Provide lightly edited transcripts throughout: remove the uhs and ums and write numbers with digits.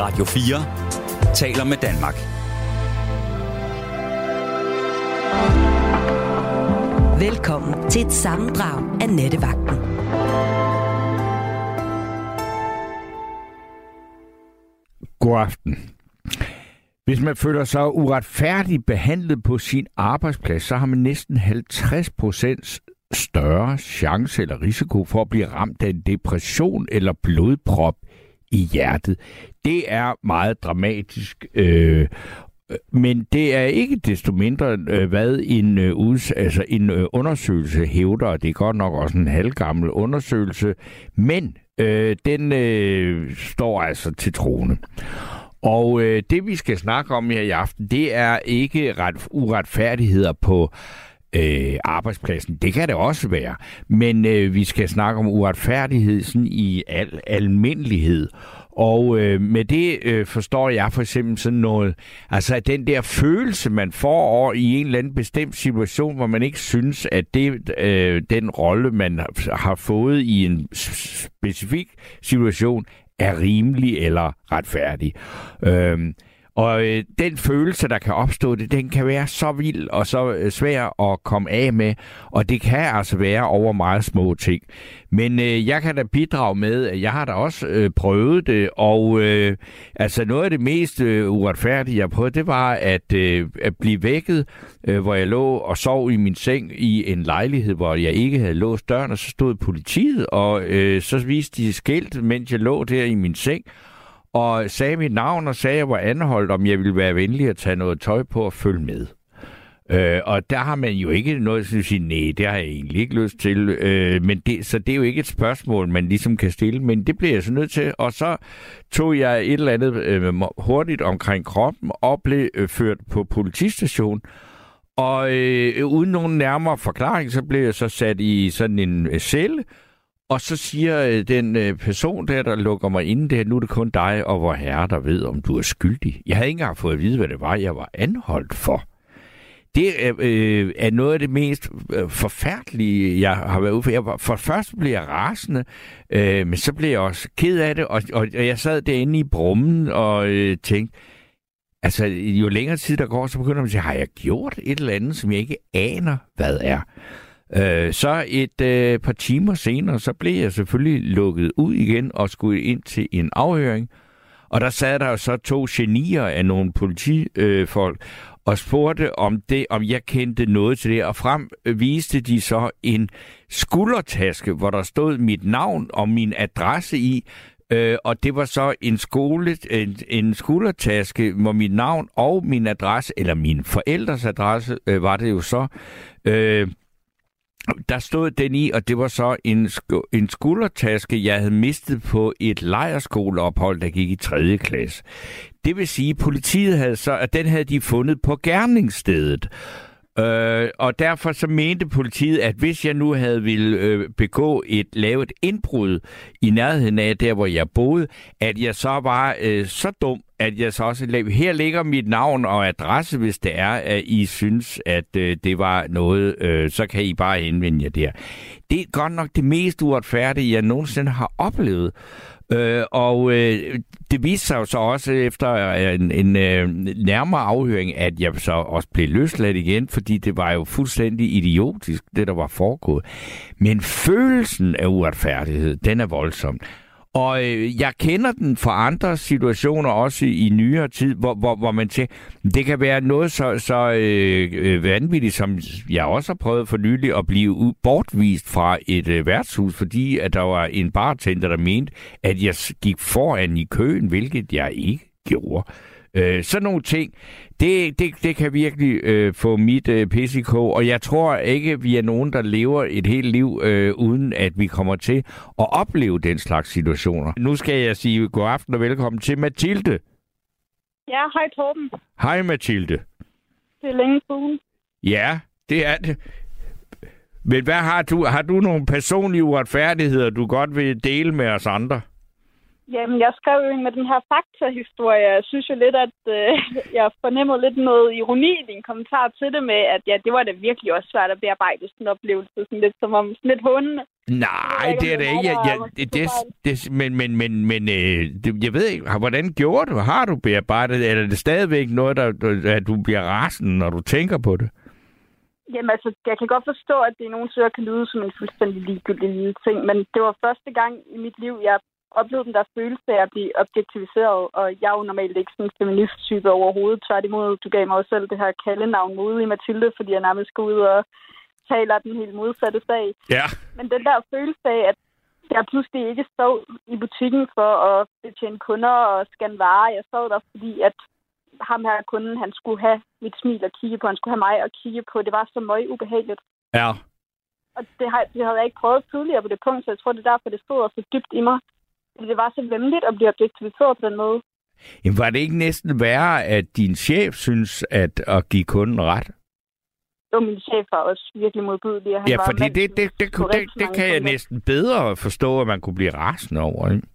Radio 4 taler med Danmark. Velkommen til et sammendrag af Nattevagten. God aften. Hvis man føler sig uretfærdigt behandlet på sin arbejdsplads, så har man næsten 50% større chance eller risiko for at blive ramt af en depression eller blodprop i hjertet. Det er meget dramatisk, men det er ikke desto mindre, hvad en undersøgelse hævder, og det er godt nok også en halvgammel undersøgelse, men den står altså til troende. Og det, vi skal snakke om her i aften, det er ikke uretfærdigheder på arbejdspladsen. Det kan det også være. Men vi skal snakke om uretfærdighed sådan i al almindelighed. Og med det forstår jeg for eksempel sådan noget, altså den der følelse, man får over i en eller anden bestemt situation, hvor man ikke synes, at den rolle, man har fået i en specifik situation, er rimelig eller retfærdig. Og den følelse, der kan opstå, den kan være så vild og så svær at komme af med, og det kan altså være over meget små ting. Men jeg kan da bidrage med, at jeg har da også prøvet det, og altså noget af det mest uretfærdige, jeg prøvede, det var at blive vækket, hvor jeg lå og sov i min seng i en lejlighed, hvor jeg ikke havde låst døren, og så stod politiet, og så viste de skilt, mens jeg lå der i min seng, og sagde mit navn, og sagde, at jeg var anholdt, om jeg ville være venlig at tage noget tøj på og følge med. Og der har man jo ikke noget til at sige, nej, det har jeg egentlig ikke lyst til. Så det er jo ikke et spørgsmål, man ligesom kan stille, men det bliver jeg så nødt til. Og så tog jeg et eller andet hurtigt omkring kroppen og blev ført på politistation. Og uden nogen nærmere forklaring, så blev jeg så sat i sådan en celle. Og så siger den person der lukker mig inde, nu er det kun dig og vor herre, der ved, om du er skyldig. Jeg havde ikke engang fået at vide, hvad det var, jeg var anholdt for. Det er noget af det mest forfærdelige, jeg har været ude for. For først blev jeg rasende, men så blev jeg også ked af det, og jeg sad derinde i brummen og tænkte, altså jo længere tid der går, så begynder man at sige, har jeg gjort et eller andet, som jeg ikke aner, hvad er? Så et par timer senere, så blev jeg selvfølgelig lukket ud igen og skulle ind til en afhøring. Og der sad der så 2 genier af nogle politifolk og spurgte om jeg kendte noget til det. Og frem viste de så en skuldertaske, hvor der stod mit navn og min adresse i. Og det var så en skuldertaske, hvor mit navn og min adresse, eller min forældres adresse, var det jo så. Der stod den i, og det var så en skuldertaske, jeg havde mistet på et lejrskoleophold, der gik i 3. klasse. Det vil sige, at politiet havde så, at den havde de fundet på gerningsstedet. Og derfor så mente politiet, at hvis jeg nu havde ville lave et indbrud i nærheden af der, hvor jeg boede, at jeg så var så dum, at jeg så også her ligger mit navn og adresse, hvis det er, at I synes, at det var noget, så kan I bare henvende jer der. Det er godt nok det mest uretfærdige, jeg nogensinde har oplevet. Det viste sig jo så også efter en nærmere afhøring, at jeg så også blev løsladt igen, fordi det var jo fuldstændig idiotisk, det der var foregået. Men følelsen af uretfærdighed, den er voldsom. Og jeg kender den fra andre situationer, også i nyere tid, hvor man siger, det kan være noget så vanvittigt, som jeg også har prøvet for nylig at blive bortvist fra et værtshus, fordi at der var en bartender, der mente, at jeg gik foran i køen, hvilket jeg ikke gjorde. Sådan nogle ting, det kan virkelig få mit pis i kog, og jeg tror ikke, vi er nogen, der lever et helt liv, uden at vi kommer til at opleve den slags situationer. Nu skal jeg sige god aften og velkommen til Mathilde. Ja, hej Torben. Hej Mathilde. Det er længe siden. Ja, det er det. Men hvad har du nogle personlige uretfærdigheder, du godt vil dele med os andre? Jamen, jeg skrev jo med den her faktahistorie. Jeg synes jo lidt, at jeg fornemmede lidt noget ironi i din kommentar til det med, at ja, det var da virkelig også svært at bearbejde sådan en oplevelse. Sådan lidt som om, sådan lidt håndende. Nej, det er det ikke. Men jeg ved ikke, hvordan gjorde du? Har du bearbejdet det? Eller er det stadigvæk noget, at du bliver rasende, når du tænker på det? Jamen altså, jeg kan godt forstå, at det i nogle søger kan lyde som en fuldstændig ligegyldig lille ting, men det var første gang i mit liv, jeg oplevede den der følelse af at blive objektiviseret, og jeg er jo normalt ikke sådan en feminist-type overhovedet. Tværtimod, du gav mig også selv det her kaldenavn Modig Mathilde, fordi jeg nærmest går ud og taler den helt modsatte sag. Ja. Men den der følelse af, at jeg pludselig ikke stod i butikken for at betjene kunder og scanne varer. Jeg stod der, fordi at ham her kunden, han skulle have mit smil at kigge på. Han skulle have mig at kigge på. Det var så meget ubehageligt. Ja. Og det havde jeg ikke prøvet tidligere på det punkt, så jeg tror, det er derfor, det stod så dybt i mig. Det var så vemmeligt at blive objektiviseret på den måde. Jamen, var det ikke næsten værre, at din chef synes, at give kunden ret? Jo, min chef var også virkelig modbydelig. Ja, fordi det kan jeg næsten bedre forstå, at man kunne blive rasende over, ikke?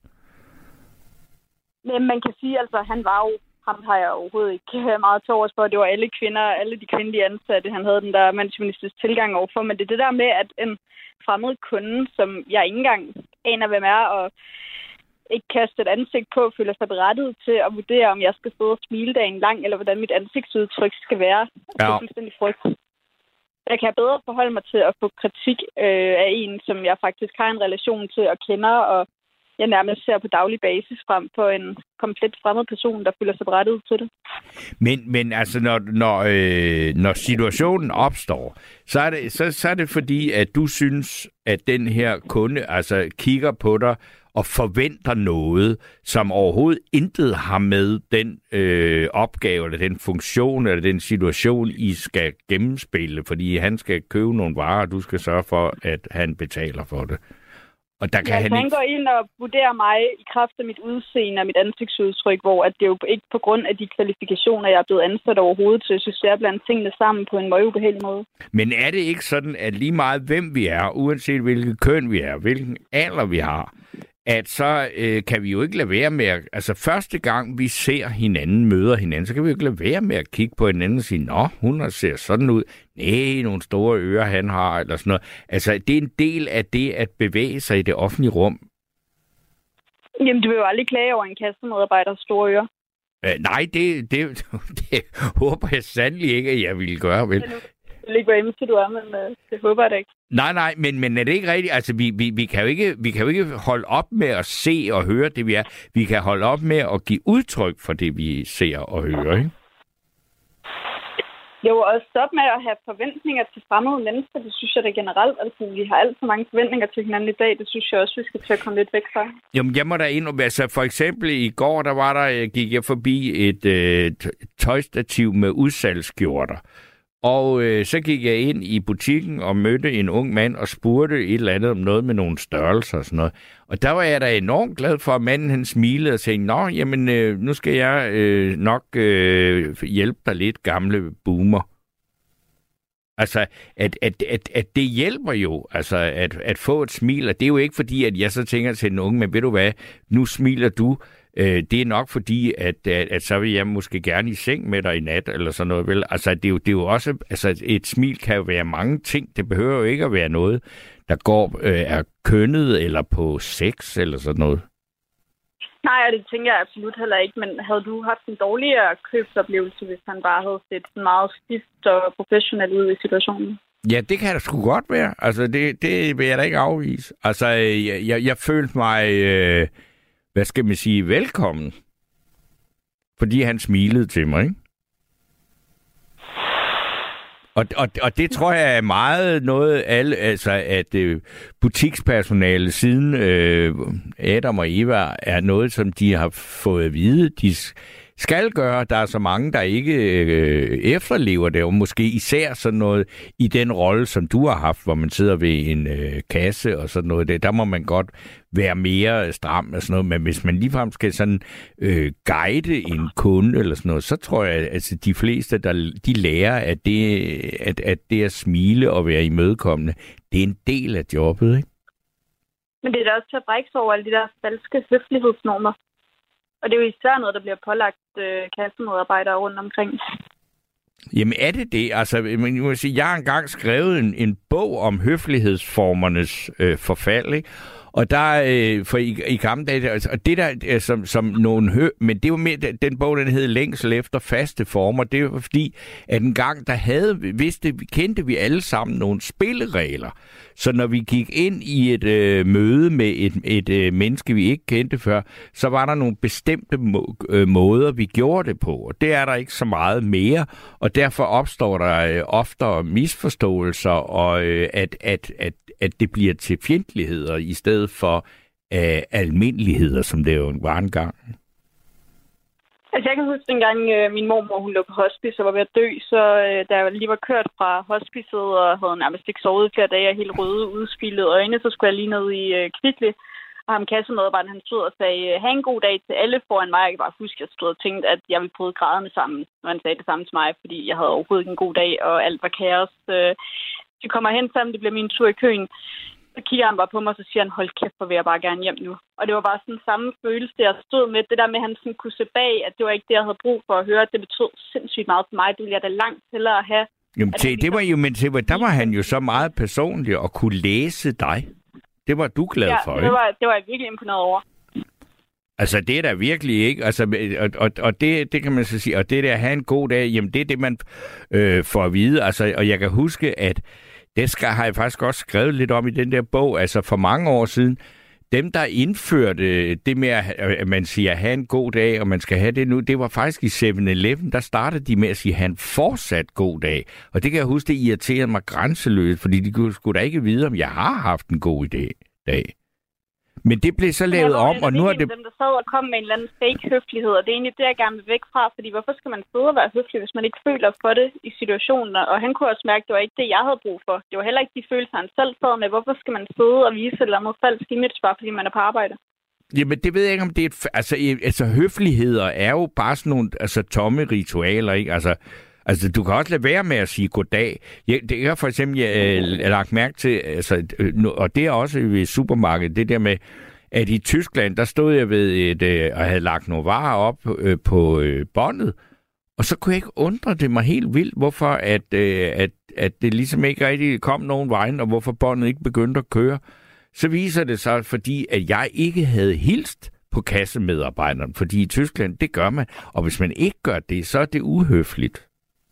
Men man kan sige, altså, han var jo, ham har jeg overhovedet ikke meget til overs for. Det var alle kvinder, alle de kvindelige ansatte, han havde den der mandsjonistiske tilgang overfor. Men det er det der med, at en fremmed kunde, som jeg ikke engang aner, hvem er, og ikke kaste et ansigt på, føler sig berettiget til at vurdere, om jeg skal sidde og smile dagen lang, eller hvordan mit ansigtsudtryk skal være. Det er fuldstændig frygt. Jeg kan bedre forholde mig til at få kritik af en, som jeg faktisk har en relation til og kender, og jeg nærmest ser på daglig basis frem på en komplet fremmed person, der føler sig berettiget til det. Men altså, når situationen opstår, så er det fordi, at du synes, at den her kunde altså kigger på dig og forventer noget, som overhovedet intet har med den opgave, eller den funktion, eller den situation, I skal gennemspille, fordi han skal købe nogle varer, og du skal sørge for, at han betaler for det. Og der kan han går ind og vurderer mig i kraft af mit udseende og mit ansigtsudtryk, hvor at det jo ikke på grund af de kvalifikationer, jeg er blevet ansat overhovedet, så jeg synes, jeg blander tingene sammen på en meget ubehagelig måde. Men er det ikke sådan, at lige meget hvem vi er, uanset hvilket køn vi er, hvilken alder vi har, at så kan vi jo ikke lade være med at... Altså, første gang vi ser hinanden, møder hinanden, så kan vi jo ikke lade være med at kigge på hinanden og sige, nå, hun ser sådan ud. Nej, nogle store ører, han har, eller sådan noget. Altså, det er en del af det at bevæge sig i det offentlige rum. Jamen, du vil jo aldrig klage over en kassemedarbejder store ører. Nej, det håber jeg sandelig ikke, at jeg ville gøre, vel? Jeg ved ikke, hvor emnet du er, men det håber jeg da ikke. Nej, men er det ikke rigtigt? Altså, vi kan jo ikke holde op med at se og høre det, vi er. Vi kan holde op med at give udtryk for det, vi ser og hører, ikke? Jo, og stop med at have forventninger til fremmede mennesker. Det synes jeg da generelt. Altså, vi har alt for mange forventninger til hinanden i dag. Det synes jeg også, vi skal til at komme lidt væk fra. Jamen, jeg må da ind. Altså, for eksempel i går, gik jeg forbi et tøjstativ med udsalgsskjorter. Og så gik jeg ind i butikken og mødte en ung mand og spurgte et eller andet om noget med nogle størrelser og sådan noget. Og der var jeg da enormt glad for, at manden han smilede og sagde, nå, jamen, nu skal jeg nok hjælpe dig lidt, gamle boomer. Altså, at det hjælper jo, altså, at få et smil. Og det er jo ikke fordi, at jeg så tænker til den unge, men ved du hvad, nu smiler du. Det er nok fordi, at så vil jeg måske gerne i seng med dig i nat, eller sådan noget, vel? Altså, det er jo også, altså, et smil kan jo være mange ting. Det behøver jo ikke at være noget, der er kønnet, eller på sex, eller sådan noget. Nej, og det tænker jeg absolut heller ikke, men havde du haft en dårligere købsoplevelse, hvis han bare havde set meget stift og professionelt ud i situationen? Ja, det kan da sgu godt være. Altså, det vil jeg da ikke afvise. Altså, jeg følte mig... hvad skal man sige, velkommen. Fordi han smilede til mig, ikke? Og det tror jeg er meget noget, at butikspersonale siden Adam og Eva er noget, som de har fået at vide, de skal gøre. Der er så mange, der ikke efterlever det, og måske især sådan noget i den rolle, som du har haft, hvor man sidder ved en kasse og sådan noget. Der må man godt være mere stram og sådan noget, men hvis man ligefrem skal sådan guide en kunde eller sådan noget, så tror jeg, at altså, de fleste, de lærer, at det at smile og være imødekommende, det er en del af jobbet, ikke? Men det er da også til at brække sig over alle de der falske høflighedsnormer. Og det er jo især noget, der bliver pålagt kassemedarbejdere rundt omkring. Jamen er det det? Altså, jeg har engang skrevet en bog om høflighedsformernes forfald, ikke? Og der for i gamle dage, altså, og det der som nogle men det var mere den bog, den hed Længsel efter faste former. Det var fordi, at en gang der kendte vi alle sammen nogle spilleregler. Så når vi gik ind i et møde med et menneske, vi ikke kendte før, så var der nogle bestemte måder, vi gjorde det på. Og det er der ikke så meget mere, og derfor opstår der oftere misforståelser, og at det bliver til fjendtligheder i stedet for almindeligheder, som det jo var engang. Altså jeg kan huske dengang min mormor, hun lå på hospice og var ved at dø, så da jeg lige var kørt fra hospicet og havde nærmest ikke sovet i flere dage og helt røde, udspildede øjne, så skulle jeg lige ned i Kvickly, og ham kassemedarbejderen, han stod og sagde, ha' en god dag til alle foran mig. Jeg kan bare huske, at jeg stod og tænkte, at jeg ville bryde grædende sammen, når han sagde det samme til mig, fordi jeg havde overhovedet ikke en god dag, og alt var kaos. Vi kommer hen sammen, det bliver min tur i køen. Så kigger han bare på mig, og så siger han, hold kæft, hvor vil jeg bare gerne hjem nu. Og det var bare sådan samme følelse, jeg stod med. Det der med, at han sådan kunne se bag, at det var ikke det, jeg havde brug for at høre. Det betød sindssygt meget for mig. Det ville jeg da langt hellere have. Jamen, der var han jo så meget personlig og kunne læse dig. Det var du glad for, ikke? Det var jeg virkelig imponeret over. Altså, det er der virkelig ikke. Altså, og det kan man så sige. Og det der at have en god dag, jamen det er det, man får at vide. Altså, og jeg kan huske, at har jeg faktisk også skrevet lidt om i den der bog. Altså, for mange år siden, dem, der indførte det med, at man siger, have en god dag, og man skal have det nu, det var faktisk i 7-Eleven, der startede de med at sige, have en fortsat god dag. Og det kan jeg huske, det irriterede mig grænseløst, fordi de skulle da ikke vide, om jeg har haft en god dag. Men det blev så lavet om, og nu er det... Dem, der sad og kom med en eller anden fake høflighed, og det er egentlig det, jeg gerne vil væk fra, fordi hvorfor skal man sidde og være høflig, hvis man ikke føler for det i situationen? Og han kunne også mærke, at det var ikke det, jeg havde brug for. Det var heller ikke de følelser, han selv sad med. Hvorfor skal man sidde og vise et eller andet falsk image, bare fordi man er på arbejde? Jamen, det ved jeg ikke, om det er... Altså høfligheder er jo bare sådan nogle tomme ritualer, ikke? Altså, du kan også lade være med at sige goddag. Det er for eksempel, jeg lagt mærke til, og det er også ved supermarkedet, det der med, at i Tyskland, der stod jeg ved og havde lagt nogle varer op på båndet, og så kunne jeg ikke undre det mig helt vildt, hvorfor at det ligesom ikke rigtig kom nogen vejen, og hvorfor båndet ikke begyndte at køre. Så viser det sig, fordi at jeg ikke havde hilst på kassemedarbejderen, fordi i Tyskland, det gør man, og hvis man ikke gør det, så er det uhøfligt.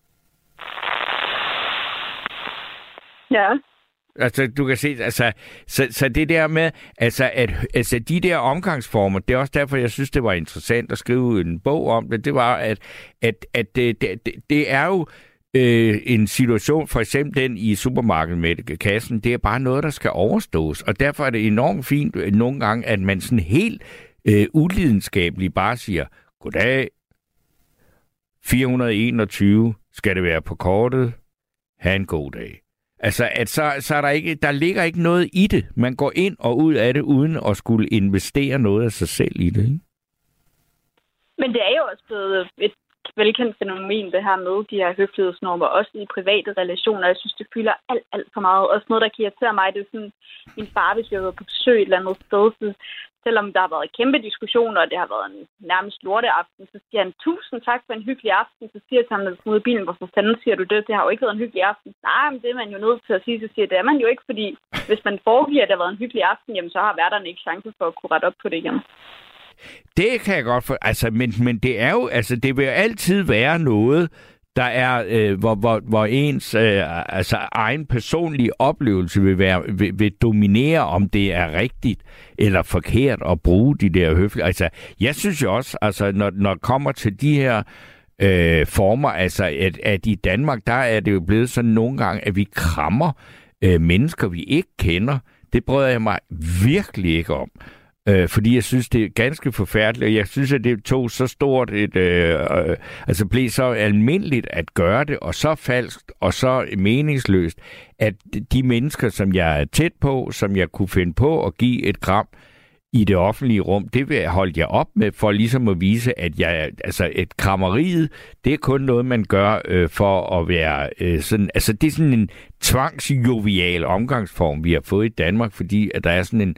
Ja. Altså, du kan se, så det der med, at de der omgangsformer, det er også derfor, jeg synes, det var interessant at skrive en bog om det, det var, at det er jo en situation, for eksempel den i supermarkedet med kassen, det er bare noget, der skal overstås, og derfor er det enormt fint nogle gange, at man sådan helt ulidenskabeligt bare siger, goddag, 421 skal det være på kortet, ha' en god dag. Altså, at så er der ligger ikke noget i det. Man går ind og ud af det, uden at skulle investere noget af sig selv i det, ikke? Men det er jo også blevet et velkendt fænomen, det her med de her høflighedsnormer, også i private relationer. Jeg synes, det fylder alt for meget. Også noget, der kan irritere mig, det er sådan, min far, hvis vi har været på besøg et eller andet sted, så selvom der har været kæmpe diskussioner, og det har været en nærmest lorteaften, så siger han, 1000 tak for en hyggelig aften. Så siger jeg til ham, når du kommer ud i bilen, hvorfor fanden siger du det? Det har jo ikke været en hyggelig aften. Nej, men det er man jo nødt til at sige. Så siger jeg, det er man jo ikke, fordi hvis man foregiver, at det har været en hyggelig aften, jamen så har værterne ikke chance for at kunne rette op på det igen. Det kan jeg godt for, men det er jo, det vil altid være noget, der er, hvor ens egen personlige oplevelse vil dominere, om det er rigtigt eller forkert at bruge de der høflige. Altså, jeg synes jo også, når det kommer til de her former, at i Danmark, der er det jo blevet sådan nogle gange, at vi krammer mennesker, vi ikke kender. Det bryder jeg mig virkelig ikke om. Fordi jeg synes, det er ganske forfærdeligt, og jeg synes, at det tog så stort blev så almindeligt at gøre det, og så falskt, og så meningsløst, at de mennesker, som jeg er tæt på, som jeg kunne finde på at give et kram i det offentlige rum, det vil jeg holde jer op med, for ligesom at vise, at et krammeriet, det er kun noget, man gør for at være sådan, det er sådan en tvangsjovial omgangsform, vi har fået i Danmark, fordi at der er sådan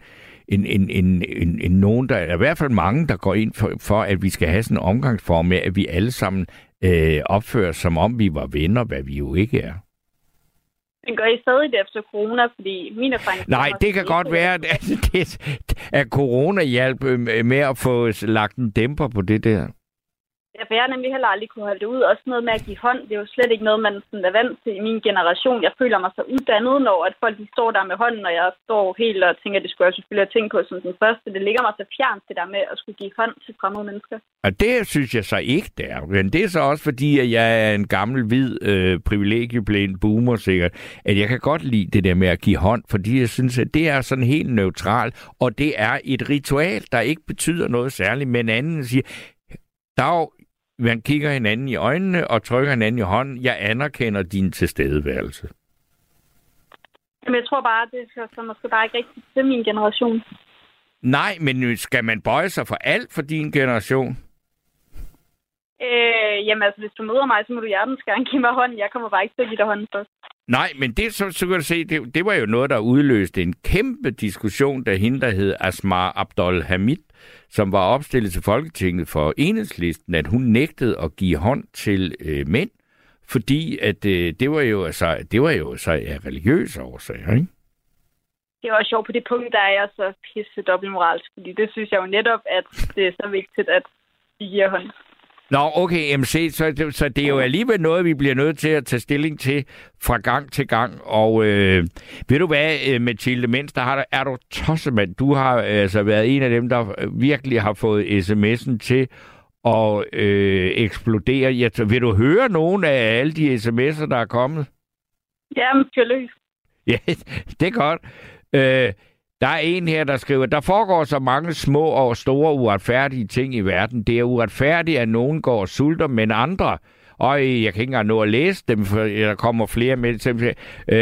nogen, der er i hvert fald mange, der går ind for, at vi skal have sådan en omgangsform med, at vi alle sammen opfører som om vi var venner, hvad vi jo ikke er. Men gør I stadig det efter corona? Fordi min erfaring... Nej, det kan godt være, at corona hjalp med at få lagt en dæmper på det der. Ja, for jeg har nemlig heller aldrig kunne holde det ud. Også noget med at give hånd, det er jo slet ikke noget, man sådan er vant til i min generation. Jeg føler mig så uddannet, når at folk de står der med hånden, og jeg står helt og tænker, at det skulle jeg selvfølgelig have tænkt på som den første. Det ligger mig så fjernt det der med at skulle give hånd til fremmede mennesker. Og det synes jeg så ikke, det er. Men det er så også fordi, at jeg er en gammel, hvid, privilegieblænd boomer sikkert, at jeg kan godt lide det der med at give hånd, fordi jeg synes, at det er sådan helt neutralt, og det er et ritual, der ikke betyder noget særligt, men anden siger, man kigger hinanden i øjnene og trykker hinanden i hånden. Jeg anerkender din tilstedeværelse. Men jeg tror bare, det er så måske bare ikke rigtigt til min generation. Nej, men skal man bøje sig for alt for din generation? Jamen altså, hvis du møder mig, så må du hjertens gerne give mig hånden. Jeg kommer bare ikke til at give dig hånden først. Nej, men det så kan du se, det var jo noget, der udløste en kæmpe diskussion, da hende, der hed Asma Abdul Hamid, som var opstillet til Folketinget for Enhedslisten, at hun nægtede at give hånd til mænd, fordi at det var jo så af religiøse årsager, ikke? Det var sjovt på det punkt, der er jeg så pisse dobbeltmoralsk, fordi det synes jeg jo netop, at det er så vigtigt, at vi giver hånd. Nå, okay, MC, så det er jo alligevel noget, vi bliver nødt til at tage stilling til fra gang til gang. Og ved du hvad, Mathilde Mens, er du tossemand. Du har altså været en af dem, der virkelig har fået sms'en til at eksplodere. Vil du høre nogle af alle de sms'er, der er kommet? Jamen, selvfølgelig. Ja, det er godt. Der er en her, der skriver, der foregår så mange små og store uretfærdige ting i verden. Det er uretfærdigt, at nogen går og sulter, men andre, og jeg kan ikke engang nå at læse dem, for der kommer flere med til,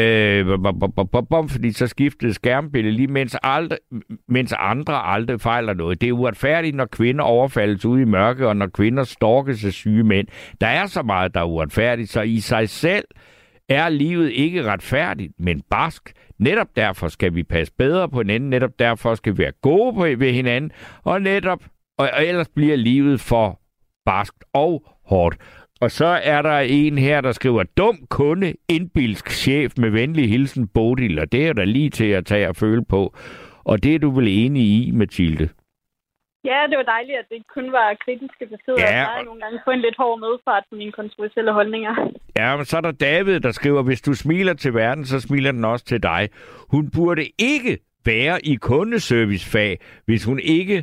fordi så skiftede skærmbilledet lige, mens andre aldrig fejler noget. Det er uretfærdigt, når kvinder overfaldes ude i mørke, og når kvinder stalkes af syge mænd. Der er så meget, der er uretfærdigt, så i sig selv er livet ikke retfærdigt, men barsk. Netop derfor skal vi passe bedre på hinanden, netop derfor skal vi være gode ved hinanden, og ellers bliver livet for barskt og hårdt. Og så er der en her, der skriver, dum kunde, indbilsk chef med venlig hilsen Bodil, og det er der lige til at tage og føle på. Og det er du vel enig i, Mathilde? Ja, det var dejligt, at det ikke kun var kritiske beskeder. Ja, jeg nogle gange få en lidt hård medfart på mine kontroversielle holdninger. Ja, men så er der David, der skriver, hvis du smiler til verden, så smiler den også til dig. Hun burde ikke være i kundeservicefag, hvis hun ikke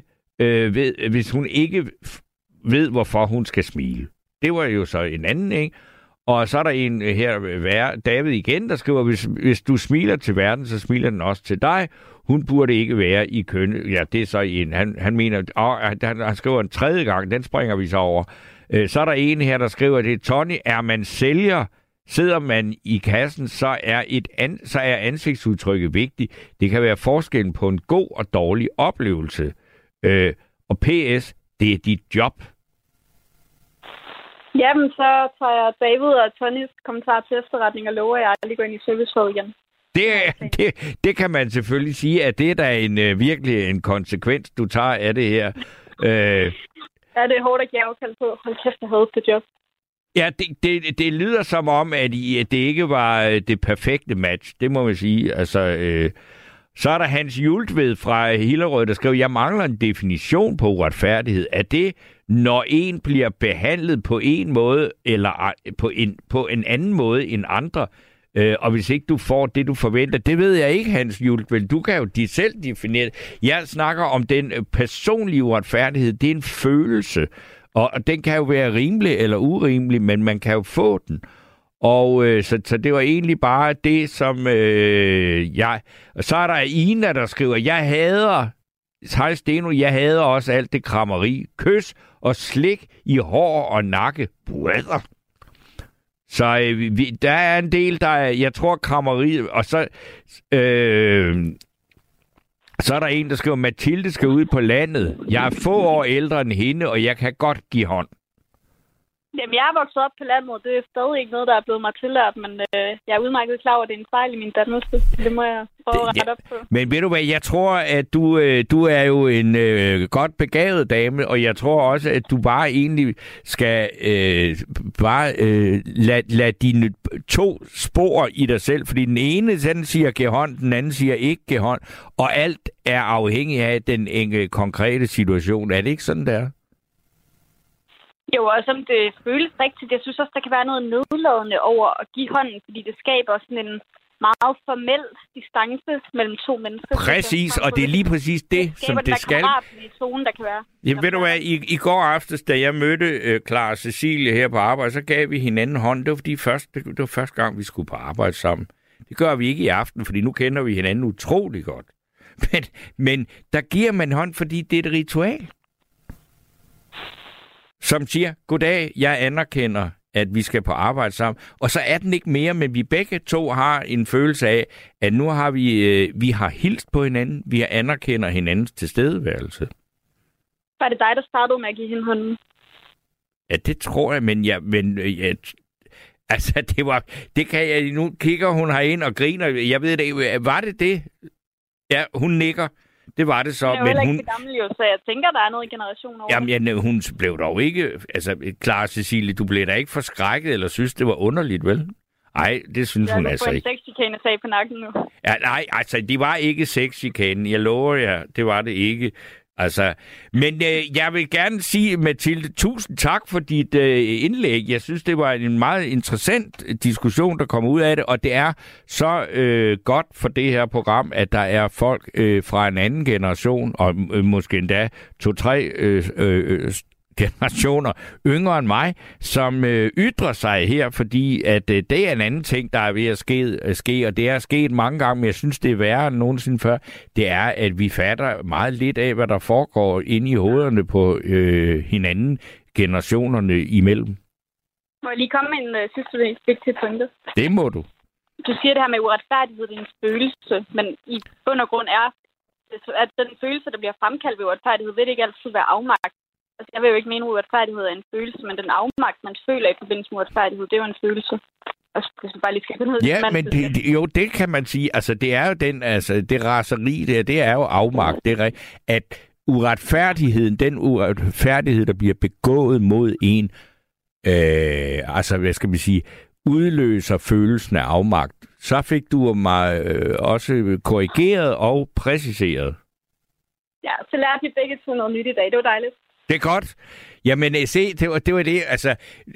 ved, hvorfor hun skal smile. Det var jo så en anden, ikke? Og så er der en her, David igen, der skriver, hvis du smiler til verden, så smiler den også til dig. Hun burde ikke være i kønne. Ja, det er så en. Han mener, han skriver en tredje gang, den springer vi så over. Så er der en her, der skriver, det er Tony, er man sælger, sidder man i kassen, så er ansigtsudtrykket vigtigt. Det kan være forskellen på en god og dårlig oplevelse. Og PS, det er dit job. Jamen, så tager jeg David og Tonys kommentar til efterretning og lover, at jeg aldrig går ind i servicefaget igen. Det kan man selvfølgelig sige, at det er da virkelig en konsekvens, du tager af det her. Ja, det er hårdt at give afkald på. Hold kæft, jeg havde det job. Ja, det lyder som om, at det ikke var det perfekte match. Det må man sige. Altså, så er der Hans Jultved fra Hillerød, der skriver, jeg mangler en definition på uretfærdighed. Er det, når en bliver behandlet på en måde, eller på en anden måde end andre? Og hvis ikke du får det, du forventer, det ved jeg ikke, Hans Jultved. Du kan jo selv definere det. Jeg snakker om den personlige uretfærdighed. Det er en følelse. Og den kan jo være rimelig eller urimelig, men man kan jo få den. Og så det var egentlig bare det, som jeg... Og så er der Ina, der skriver, jeg hader også alt det krammeri. Kys og slik i hår og nakke. Brother. Så der er en del, jeg tror, krammeriet... Og så... Så er der en, der skriver, Mathilde skal ud på landet. Jeg er få år ældre end hende, og jeg kan godt give hånd. Jamen, jeg er vokset op på landet. Det er stadig ikke noget, der er blevet mig tillært, men jeg er udmærket klar over, at det er en fejl i min dannelse. Det må jeg prøve at rette op på. Men ved du hvad, jeg tror, at du er jo en godt begavet dame, og jeg tror også, at du bare egentlig skal lade dine to spor i dig selv, fordi den ene, den siger giv hånd, den anden siger ikke giv hånd, og alt er afhængig af den konkrete situation. Er det ikke sådan, der? Jo, og som det føles rigtigt, jeg synes også, der kan være noget nedladende over at give hånden, fordi det skaber sådan en meget formel distance mellem to mennesker. Præcis, og det er lige præcis det som det skal. Zone, der kan være. Ja, ved du hvad, i går aftes, da jeg mødte Clara og Cecilie her på arbejde, så gav vi hinanden hånd. Det var fordi det var første gang, vi skulle på arbejde sammen. Det gør vi ikke i aften, fordi nu kender vi hinanden utrolig godt. Men der giver man hånd, fordi det er et ritual. Som siger, goddag, jeg anerkender, at vi skal på arbejde sammen. Og så er den ikke mere, men vi begge to har en følelse af, at nu har vi har hilst på hinanden, vi anerkender hinandens tilstedeværelse. Var det dig, der startede med at give hende hånden? Ja, det tror jeg, altså, det kan jeg, nu kigger hun herind og griner. Jeg ved det, var det det? Ja, hun nikker. Det var det så. Jeg er jo heller ikke gammel, jo, så jeg tænker, der er noget generation over. Jamen, hun blev dog ikke... Altså, Clara Cecilie, du blev da ikke forskrækket, eller synes, det var underligt, vel? Nej, det synes hun altså ikke. Jeg har fået en sexchikane-sag på nakken nu. Ja, nej, altså, det var ikke sexchikane. Jeg lover jer, det var det ikke. Altså, men jeg vil gerne sige, Mathilde, tusind tak for dit indlæg. Jeg synes, det var en meget interessant diskussion, der kom ud af det, og det er så godt for det her program, at der er folk fra en anden generation, og måske endda 2-3 generationer yngre end mig, som ytrer sig her, fordi at det er en anden ting, der er ved at ske, og det er sket mange gange, men jeg synes, det er værre end nogensinde før, det er, at vi fatter meget lidt af, hvad der foregår inde i hovederne på hinanden, generationerne imellem. Må jeg lige komme med en sidste vigtig pointe? Det må du. Du siger det her med uretfærdighed, det er en følelse, men i bund og grund er, at den følelse, der bliver fremkaldt ved uretfærdighed, vil det ikke altid være afmagt. Altså, jeg vil jo ikke mene, at uretfærdighed er en følelse, men den afmagt, man føler i forbindelse med uretfærdighed, det er jo en følelse. Altså, det er bare lige skal ned. Ja, men det kan man sige. Altså, det er jo det raseri der, det er jo afmagt. Det er, at uretfærdigheden, den uretfærdighed, der bliver begået mod en, altså, hvad skal man sige, udløser følelsen af afmagt. Så fik du mig også korrigeret og præciseret. Ja, så lærte vi begge to noget nyt i dag. Det var dejligt. Det er godt. Jamen, se, det var det. Altså,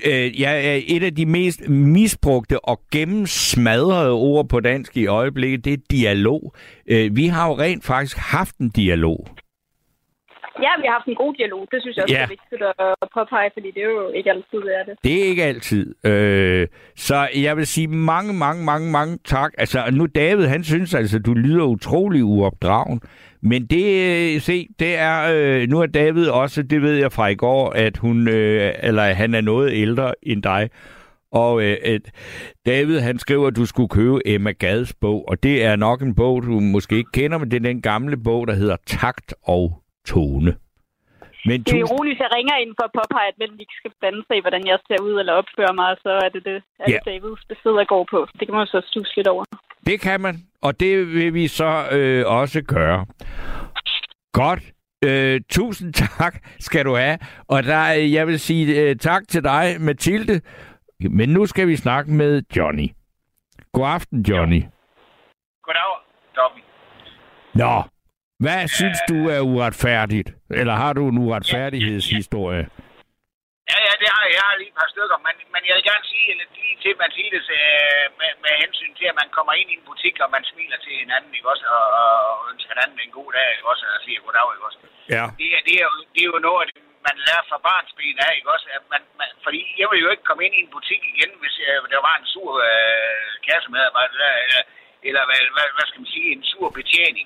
et af de mest misbrugte og gennemsmadrede ord på dansk i øjeblikket, det er dialog. Vi har jo rent faktisk haft en dialog. Ja, vi har haft en god dialog. Det synes jeg også er vigtigt at påpege, fordi det er jo ikke altid, det er det. Det er ikke altid. Så jeg vil sige mange tak. Altså, nu David, han synes altså, du lyder utrolig uopdragen. Men det er, nu er David også, det ved jeg fra i går, at han er noget ældre end dig. Og David, han skriver, at du skulle købe Emma Gads bog, og det er nok en bog, du måske ikke kender, men det er den gamle bog, der hedder Takt og Tone. Men det er ironisk, jeg ringer ind for at påpege, at mænd ikke skal blande sig i, hvordan jeg ser ud eller opfører mig, og så er det Davids beskeder går på. Det kan man så stusse lidt over. Det kan man, og det vil vi så også gøre. Godt. Tusind tak skal du have. Og jeg vil sige tak til dig, Mathilde. Men nu skal vi snakke med Johnny. God aften, Johnny. Goddag, Tommy. Nå, hvad synes du er uretfærdigt? Eller har du en uretfærdighedshistorie? Ja, det har jeg. Jeg har lige et par stykker, men jeg vil gerne sige lige til Mathildes med hensyn til, at man kommer ind i en butik, og man smiler til hinanden, ikke også, og ønsker hinanden en god dag, ikke også, og siger goddag, ikke også. Ja. Det er jo noget af det, man lærer fra barnsben af, ikke også, at fordi jeg vil jo ikke komme ind i en butik igen, hvis der var en sur kassemedarbejder der, eller hvad skal man sige, en sur betjening.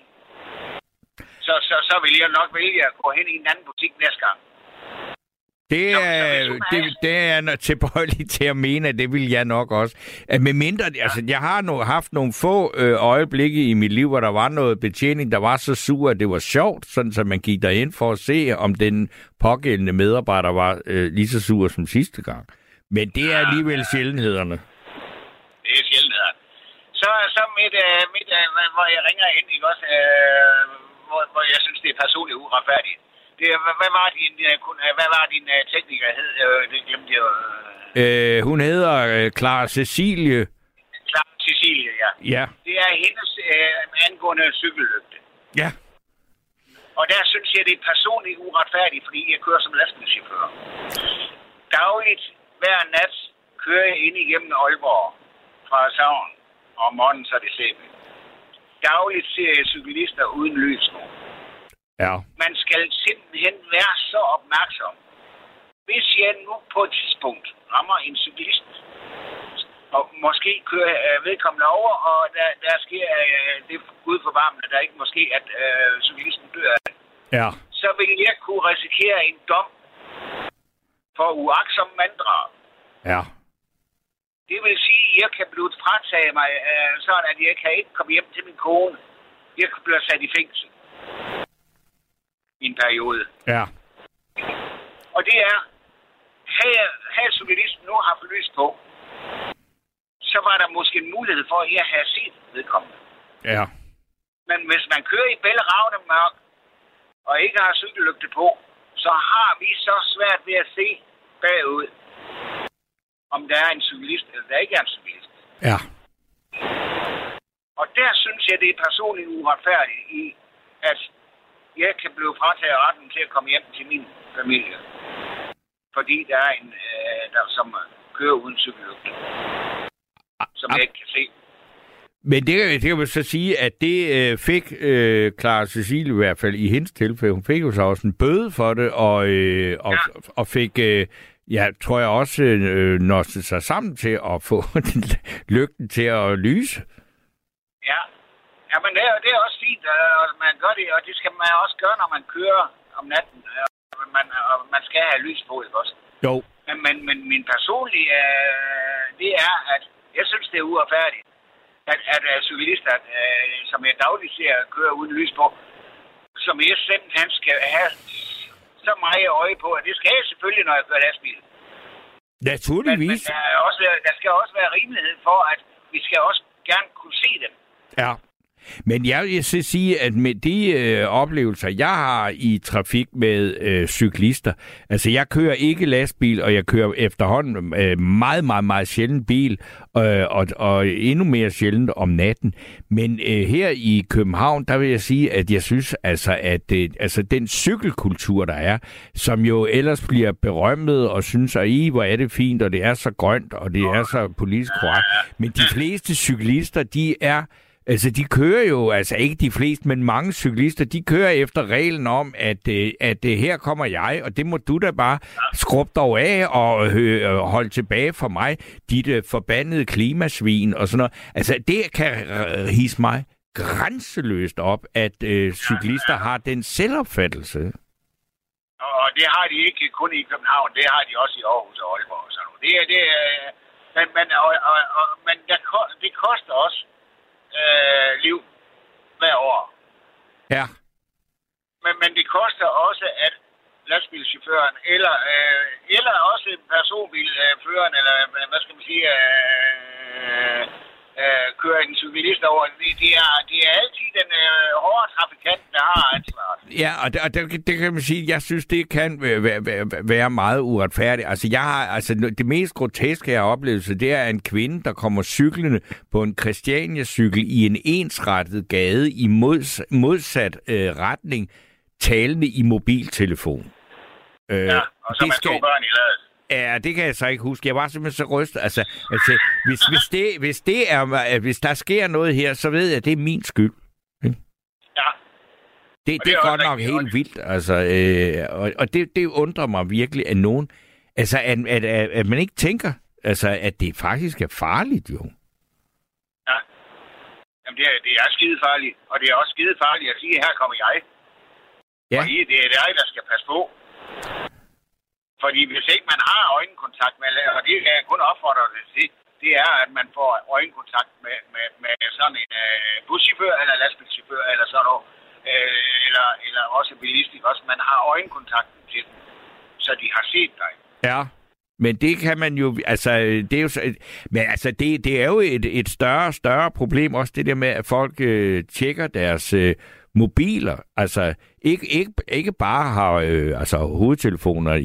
Så vil jeg nok vælge at gå hen i en anden butik næste gang. Det er jeg tilbøjelig til at mene, at det vil jeg nok også. At med mindre, altså, jeg har haft nogle få øjeblikke i mit liv, hvor der var noget betjening, der var så sur, at det var sjovt, sådan så man gik derind for at se, om den pågældende medarbejder var lige så sur som sidste gang. Men det er alligevel sjældenhederne. Det er sjældenhederne. Så hvor jeg ringer ind, ikke også, hvor jeg synes, det er personligt uretfærdigt. Det er, hvad var din tekniker hed? Det glemte jeg jo. Hun hedder Clara Cecilie. Clara Cecilie, ja. Ja. Det er hendes angående cykellygte. Ja. Og der synes jeg, det er personligt uretfærdigt, fordi jeg kører som lastbilschauffør. Dagligt, hver nat, kører jeg ind igennem Aalborg fra Savn, og om morgenen så er det Sæbe. Dagligt ser jeg cyklister uden lys nu. Ja. Man skal simpelthen være så opmærksom. Hvis jeg nu på et tidspunkt rammer en cyklist, og måske kører vedkommende over, og der sker det Gud forvarmende, der ikke måske, at cyklisten dør af det. Ja. Så vil jeg kunne risikere en dom for uagtsom manddrab. Ja. Det vil sige, at jeg kan blive frataget mig, sådan at jeg kan ikke komme hjem til min kone. Jeg kan blive sat i fængsel. I en periode. Ja. Og det er, havde cyklisten nu haft lys på, så var der måske en mulighed for, at jeg havde set vedkommende. Ja. Men hvis man kører i bælgeravne mørk, og ikke har cykellygte på, så har vi så svært ved at se bagud, om der er en cyklist, eller der ikke er en cyklist. Ja. Og der synes jeg, det er personligt uretfærdigt i, at jeg kan blive frataget retten til at komme hjem til min familie. Fordi der er en, som kører uden cykellygte, som jeg ikke kan se. Men det kan man så sige, at det fik Clara Cecilie i hvert fald i hendes tilfælde. Hun fik jo så også en bøde for det, og fik, tror jeg også, nåstet sig sammen til at få lygten til at lyse. Ja, men det er også fint, at man gør det, og det skal man også gøre, når man kører om natten. Man skal have lys på, ikke også? Jo. Men min personlige, det er, at jeg synes, det er uretfærdigt, at cyklister, som jeg dagligt ser køre uden lys på, som jeg simpelthen skal have så meget øje på, at det skal jeg selvfølgelig, når jeg kører lastbil. Naturligvis. Men der skal også være rimelighed for, at vi skal også gerne kunne se dem. Ja. Men jeg vil sige, at med de oplevelser, jeg har i trafik med cyklister, altså jeg kører ikke lastbil, og jeg kører efterhånden meget, meget, meget sjældent bil, og endnu mere sjældent om natten. Men her i København, der vil jeg sige, at jeg synes altså, at den cykelkultur, der er, som jo ellers bliver berømmet og synes, at hvor er det fint, og det er så grønt, og det er så politisk korrekt. Men de fleste cyklister, de kører jo, altså ikke de fleste, men mange cyklister, de kører efter reglen om, at her kommer jeg, og det må du da bare skrubbe dog af og holde tilbage for mig, dit forbandede klimasvin og sådan noget. Altså, det kan hisse mig grænseløst op, at cyklister har den selvopfattelse. Og det har de ikke kun i København, det har de også i Aarhus og Aalborg og sådan noget. Men det koster også liv hver år. Ja. Men det koster også, at lastbilchaufføren eller også personbilføreren, eller hvad skal man sige, kører en cyklist over. Det er altid den hårde trafikant, der har ansvaret. Ja, og det kan man sige, jeg synes, det kan være meget uretfærdigt. Altså, det mest groteske, jeg har oplevet, det er en kvinde, der kommer cyklende på en Christiania-cykel i en ensrettet gade i modsat retning, talende i mobiltelefon. Ja, og så med 2 børn i ladet. Ja, det kan jeg så ikke huske. Jeg var simpelthen så rystet. Altså, hvis der sker noget her, så ved jeg, at det er min skyld. Ja. Det er godt nok helt vildt. Altså, og det undrer mig virkelig, at nogen... Altså, at man ikke tænker, altså, at det faktisk er farligt, jo. Ja. Jamen, det er skide farligt. Og det er også skide farligt at sige, her kommer jeg. Ja. Og det er dig, der skal passe på. Fordi hvis ikke man har øjenkontakt med, og det kan jeg kun opfordre det til, det er, at man får øjenkontakt med sådan en buschauffør eller lastbilschauffør eller sådan noget. Eller også bilistik også. Man har øjenkontakten til dem, så de har set dig. Ja. Men det kan man jo, altså, det er jo, men altså, det er jo et større problem også, det der med, at folk tjekker deres mobiler. Altså, ikke bare har altså, hovedtelefoner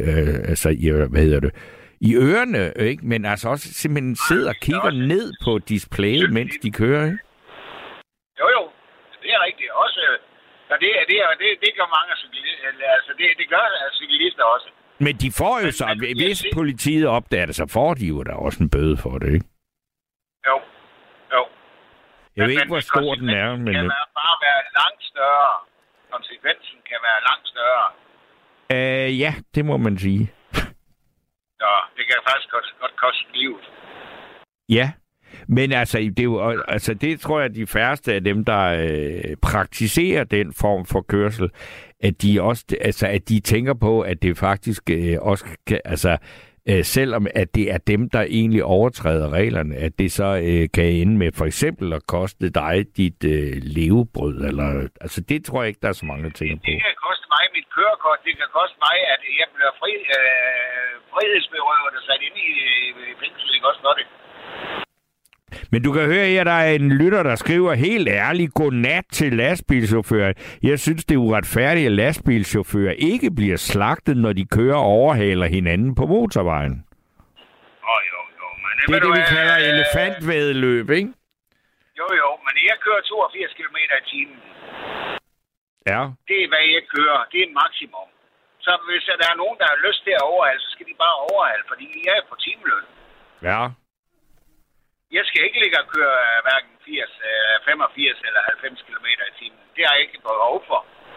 i ørerne, ikke? Men altså også simpelthen sidder og kigger ned på displayet, mens de kører, ikke? Jo, det er rigtigt. Også, det gør mange cyklister, altså det gør cyklister også. Men de får jo så, hvis politiet opdager det, så får de jo da også en bøde for det, ikke? Jo. Jeg ved ikke, hvor stor den er, men... kan bare være langt større. Konsekvensen kan være langt større. Ja, det må man sige. Så det kan faktisk godt koste livet. Ja, men altså, det er jo, altså, det tror jeg, de færreste af dem, der praktiserer den form for kørsel, at de også, altså, at de tænker på, at det faktisk også kan, altså, selvom at det er dem, der egentlig overtræder reglerne, at det så kan ende med for eksempel at koste dig dit levebrød, eller, altså, det tror jeg ikke, der er så mange, der tænker på. Det kan koste mig mit kørekort, det kan koste mig, at jeg bliver frihedsberøvet og sat ind i fængsel, ikke også for det. Men du kan høre her, der er en lytter, der skriver helt ærligt, godnat til lastbilchauffører. Jeg synes, det er uretfærdigt, at lastbilchauffører ikke bliver slagtet, når de kører og overhaler hinanden på motorvejen. Jo. Men det er det, vi kalder elefantvæddeløb, ikke? Jo, men jeg kører 82 km i timen. Ja. Det er, hvad jeg kører. Det er maksimum. Så hvis der er nogen, der har lyst til at overhale, så skal de bare overhale, fordi jeg er på timeløn. Ja. Jeg skal ikke ligge og køre hverken 80, 85 eller 90 km i timen. Det har jeg ikke behov for.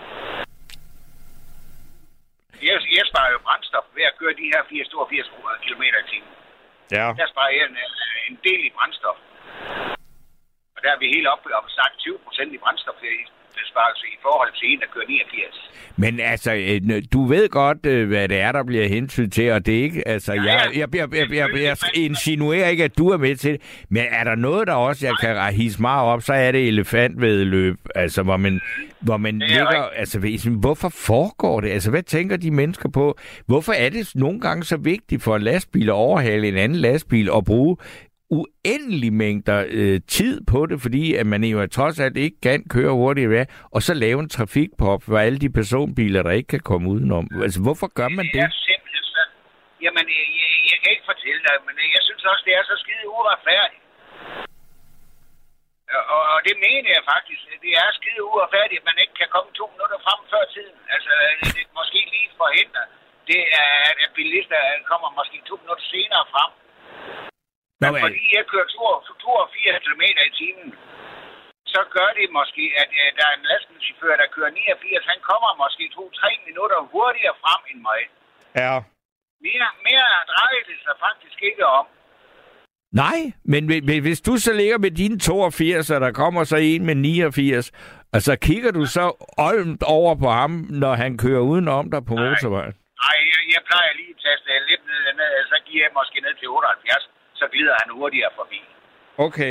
Jeg sparer jo brændstof ved at køre de her 82 km i timen. Ja. Der sparer jeg en del i brændstof. Og der er vi helt oppe og sagt 20% i brændstof i forhold til en, der kører 89. Men altså, du ved godt, hvad det er, der bliver hensyn til, og det er ikke, altså, jeg insinuerer ikke, at du er med til det, men er der noget, der også, jeg kan hisse meget op, så er det elefantvæddeløb, altså, hvor man ligger, altså, hvorfor foregår det? Altså, hvad tænker de mennesker på? Hvorfor er det nogle gange så vigtigt for en lastbil at overhale en anden lastbil og bruge uendelig mængder tid på det, fordi at man jo trods alt ikke kan køre hurtigt, og så lave en trafikpop for alle de personbiler, der ikke kan komme udenom. Altså, hvorfor gør man det? Det er simpelthen så... Jamen, jeg kan ikke fortælle dig, men jeg synes også, det er så skide uretfærdigt. Og det mener jeg faktisk. Det er skide uretfærdigt, at man ikke kan komme 2 minutter frem før tiden. Altså, det måske lige forhindre. Det er, at bilister kommer måske 2 minutter senere frem. Men fordi jeg kører 82 km i timen, så gør det måske, at der er en lastbilchauffør, der kører 89. Han kommer måske 2-3 minutter hurtigere frem end mig. Ja. Mere drejer det sig faktisk ikke om. Nej, men hvis du så ligger med dine 82, og der kommer så en med 89, og så kigger du så olmt over på ham, når han kører udenom dig på motorvejen? Nej, jeg plejer lige at taste lidt ned, så giver jeg måske ned til 78. Så glider han hurtigere forbi. Okay.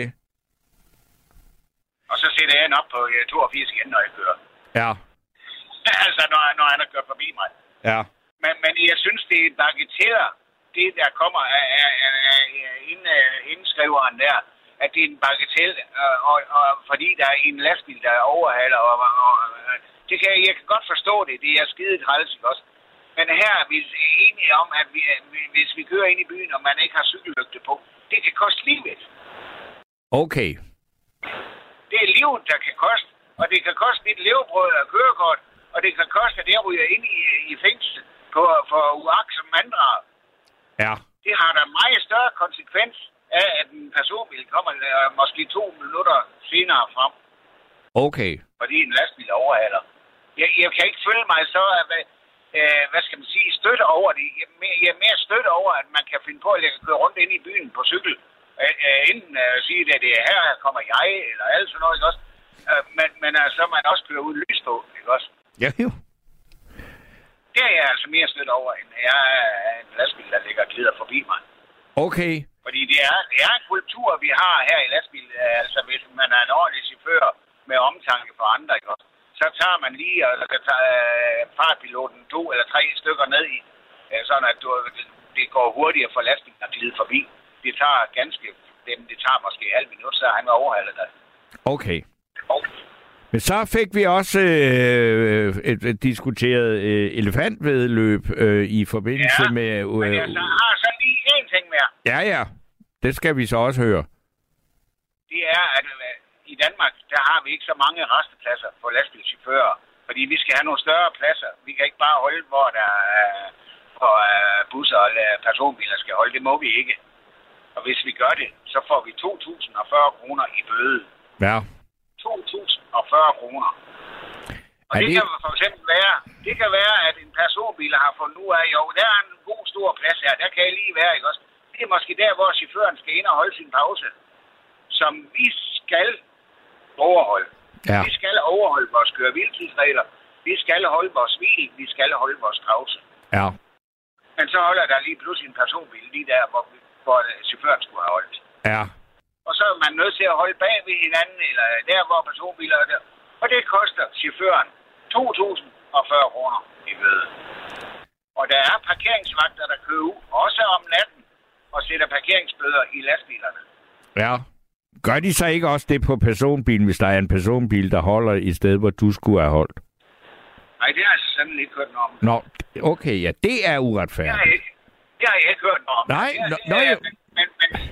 Og så sætter jeg op på 82 igen, når jeg kører. Ja. Altså, når han har kørt forbi mig. Ja. Men jeg synes, det er bagateller, det der kommer af indskriveren der, at det er en bagatel, og fordi der er en lastbil, der overhaler, det jeg kan godt forstå det, det er skide træls, også. Men her er vi enige om, at hvis vi kører ind i byen, og man ikke har cykellygte på, det kan koste livet. Okay. Det er livet, der kan koste. Og det kan koste mit levebrød og kørekort. Og det kan koste, at jeg ryger ind i fængsel for uagtsom manddrag. Ja. Det har der meget større konsekvens af, at en personbil kommer måske 2 minutter senere frem. Okay. Fordi en lastbil overhaler. Jeg kan ikke føle mig så... hvad skal man sige, støtte over det. Jeg er mere støtte over, at man kan finde på, at jeg kan køre rundt ind i byen på cykel. Enten sige, at det er her kommer jeg, eller alt sådan noget, ikke også? Men så man også kører uden lys på, ikke også? Ja, jo. Det er jeg altså mere støtte over, end jeg er en lastbil, der ligger og glider forbi mig. Okay. Fordi det er en kultur, vi har her i lastbil. Altså, hvis man er en ordentlig chauffør med omtanke for andre, ikke også? Så tager man lige og tager fartpiloten 2 eller 3 stykker ned i, sådan at det går hurtigere for lastbilen at glide forbi. Det tager måske halv minut, så han overhalet dig. Okay. Men så fik vi også diskuteret elefantvæddeløb i forbindelse med... men jeg har så lige én ting mere. Ja. Det skal vi så også høre. Det er, at i Danmark, der har vi ikke så mange rastepladser for lastbilchauffører. Fordi vi skal have nogle større pladser. Vi kan ikke bare holde, hvor der busser og personbiler skal holde. Det må vi ikke. Og hvis vi gør det, så får vi 2.040 kroner i bøde. Ja. 2.040 kroner. Og det kan for eksempel være, at en personbil har fundet ud af, jo, der er en god stor plads her, der kan jeg lige være, ikke også? Det er måske der, hvor chaufføren skal ind og holde sin pause, som vi skal overholde. Ja. Vi skal overholde vores køre-hviletidsregler, vi skal holde vores hvil, vi skal holde vores pause. Ja. Men så holder der lige pludselig en personbil lige der, hvor chaufføren skulle have holdt. Ja. Og så er man nødt til at holde bag ved hinanden, eller der, hvor personbiler er der. Og det koster chaufføren 2.040 kroner i bøde. Og der er parkeringsvagter, der kører ud, også om natten, og sætter parkeringsbøder i lastbilerne. Ja. Gør de så ikke også det på personbilen, hvis der er en personbil, der holder i sted, hvor du skulle have holdt? Nej, det har jeg sådan ikke hørt noget om. Nå, okay, ja, det er uretfærdigt. Det har jeg ikke hørt noget om. Nej, men...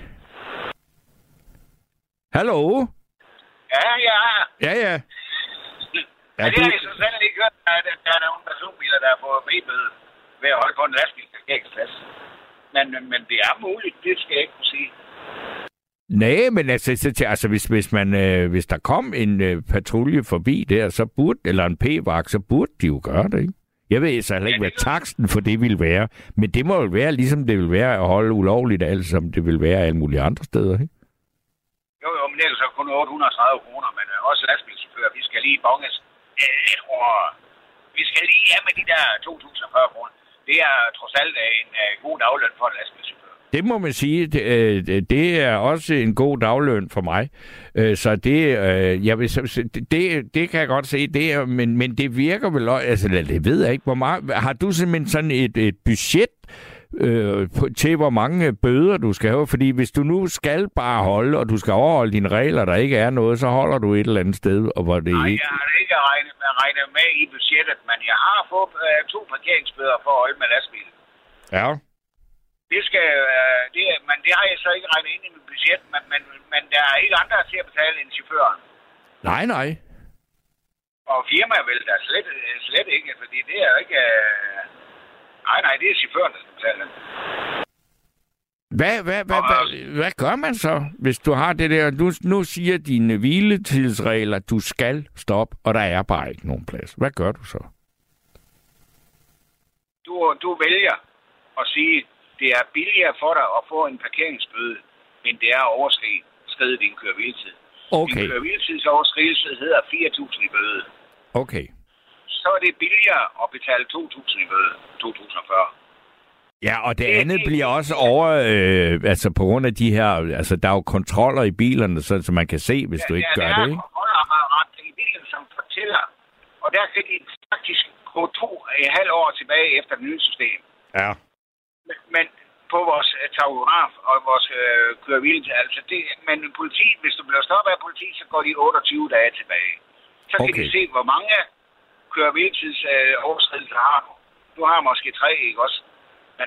Hallo? Ja. Ja. Ja, det har jeg så sandelig ikke hørt, at der er nogle personbiler, der får B-bøde ved at holde på en lastbilsparkeringsplads. Men det er muligt, det skal jeg ikke kunne sige. Nej, men altså hvis der kom en patrulje forbi der, så burde, eller en p-vagt, så burde de jo gøre det, ikke? Jeg ved så heller ikke, hvad taksten for det vil være, men det må jo være, ligesom det vil være at holde ulovligt, alt som det vil være alle mulige andre steder, ikke? Jo, men det er jo så kun 830 kroner, men også lastbilchauffører, vi skal lige bonges vi skal lige have med de der 2.040 kroner. Det er trods alt en god dagløn for en lastbilchauffør. Det må man sige. Det er også en god dagløn for mig. Så det kan jeg godt se. Men det virker vel også... Altså, det ved jeg ikke, hvor meget... Har du simpelthen sådan et budget til, hvor mange bøder du skal have? Fordi hvis du nu skal bare holde, og du skal overholde dine regler, der ikke er noget, så holder du et eller andet sted, og hvor det ikke... Nej, jeg har det ikke regnet med i budgettet, men jeg har fået 2 parkeringsbøder for at holde med lastbil. Ja. Men det har jeg så ikke regnet ind i mit budget, men der er ikke andre til at betale end chaufføren. Nej. Og firmaet vil der slet ikke, fordi det er jo ikke... Nej, det er chaufføren, der skal betale den. Hvad gør man så, hvis du har det der? Nu siger dine hviletidsregler, du skal stoppe, og der er bare ikke nogen plads. Hvad gør du så? Du vælger at sige, det er billigere for dig at få en parkeringsbøde, end det er at overskride din køre-hviletid. Okay. Din køre-hviletidsoverskridelse hedder 4.000 i bøde. Okay. Så er det billigere at betale 2.000 i bøde, 2.040. Ja, og det andet bliver også altså på grund af de her, altså der er jo kontroller i bilerne, så man kan se, hvis du ikke gør det, ikke? Der er kontroller i bilen, som fortæller, og der kan de faktisk gå 2,5 år tilbage efter det nye system. Ja. Men på vores tachograf og vores køre-hviletid, altså men politiet, hvis du bliver stoppet af politiet, så går de 28 dage tilbage. Så kan de se, hvor mange køre-hviletids overskridelser har du. Du har måske 3, ikke også? Men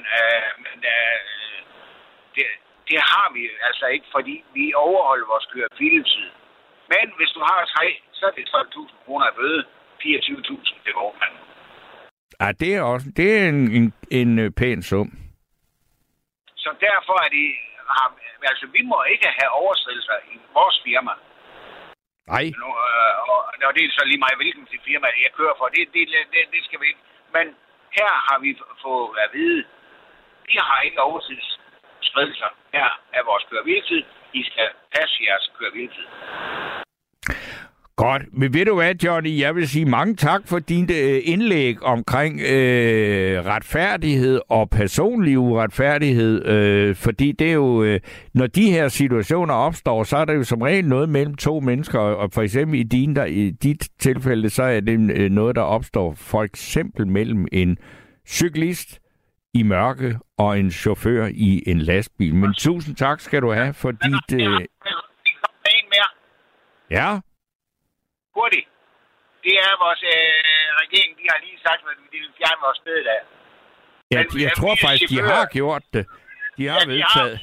det har vi altså ikke, fordi vi overholder vores køre-hviletid. Men hvis du har 3, så er det 12.000 kroner af bøde. 24.000, det går man. Ja, det er en pæn sum. Så derfor er altså vi må ikke have overskridelser i vores firma. Nej. Og det er så lige meget, hvilken firma jeg kører for. Det skal vi ikke. Men her har vi fået at vide, vi har ikke overskridelser her af vores køre-hviletid. I skal passe jeres køre-hviletid. Godt. Men ved du hvad, Johnny? Jeg vil sige mange tak for dit indlæg omkring retfærdighed og personlig uretfærdighed. Fordi det er jo, når de her situationer opstår, så er der jo som regel noget mellem 2 mennesker. Og for eksempel i dit tilfælde, så er det noget, der opstår for eksempel mellem en cyklist i mørke og en chauffør i en lastbil. Men tusind tak skal du have for dit... En mere. Ja? Hurtigt. Det er vores regering, de har lige sagt, at de vil fjerne vores bededag. Ja, jeg tror faktisk, de har gjort det. De har vedtaget.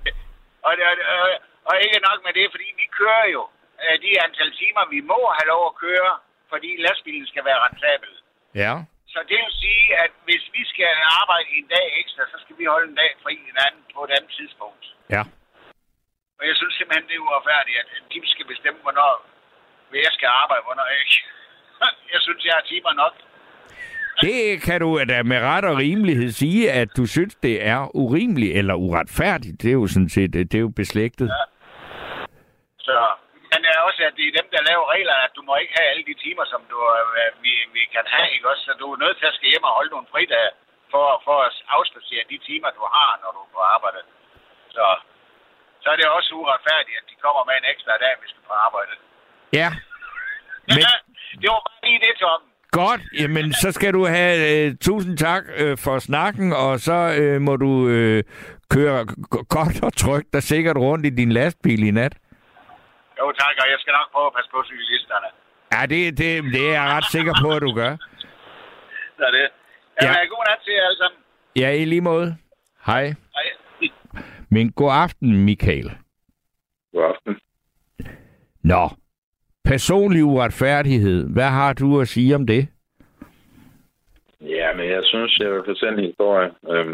Og ikke nok med det, fordi vi kører jo de antal timer, vi må have lov at køre, fordi lastbilen skal være rentabel. Ja. Så det vil sige, at hvis vi skal arbejde en dag ekstra, så skal vi holde en dag fri på et andet tidspunkt. Ja. Og jeg synes simpelthen, det er uretfærdigt, at de skal bestemme, hvornår jeg skal arbejde, hvornår jeg ikke. Jeg synes, jeg har timer nok. Det kan du da med ret og rimelighed sige, at du synes, det er urimeligt eller uretfærdigt. Det er jo sådan set, det er jo beslægtet. Ja. Så, men det er også, at det er dem, der laver reglerne, at du må ikke have alle de timer, som vi kan have, ikke også? Så du er nødt til at skal hjem og holde nogle fridage for at afspacere de timer, du har, når du er på arbejde. Så er det også uretfærdigt, at de kommer med en ekstra dag, hvis vi skal på arbejde. Ja. Men... Det var bare lige det, Tom. Godt, jamen så skal du have tusind tak for snakken, og så må du køre godt og trygt og sikkert rundt i din lastbil i nat. Jo tak, og jeg skal nok prøve at passe på cyklisterne. Ja, det er jeg ret sikker på, at du gør. Så det. Jamen, ja. God nat til jer alle sammen. Ja, i lige måde. Hej. Hej. Men god aften, Michael. God aften. Nå. Personlig uretfærdighed. Hvad har du at sige om det? Ja, men jeg synes, jeg vil fortælle en historie.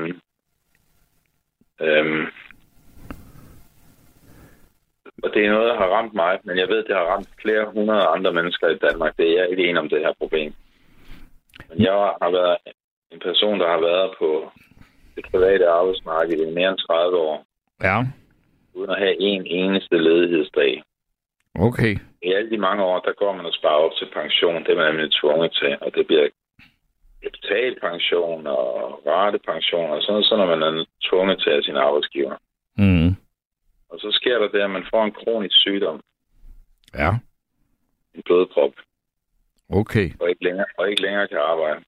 Og det er noget, der har ramt mig, men jeg ved, det har ramt flere hundrede andre mennesker i Danmark. Det er jeg ikke enig om det her problem. Men jeg har været en person, der har været på det private arbejdsmarked i mere end 30 år. Ja. Uden at have en eneste ledighedsdag. Okay. I alle de mange år, der går man og sparer op til pension. Det er man nemlig tvunget til, og det bliver kapitalpension og ratepension og sådan, så når man er tvunget til af sin arbejdsgiver. Mm. Og så sker der det, at man får en kronisk sygdom. Ja. En blodprop. Okay. Og ikke længere kan arbejde.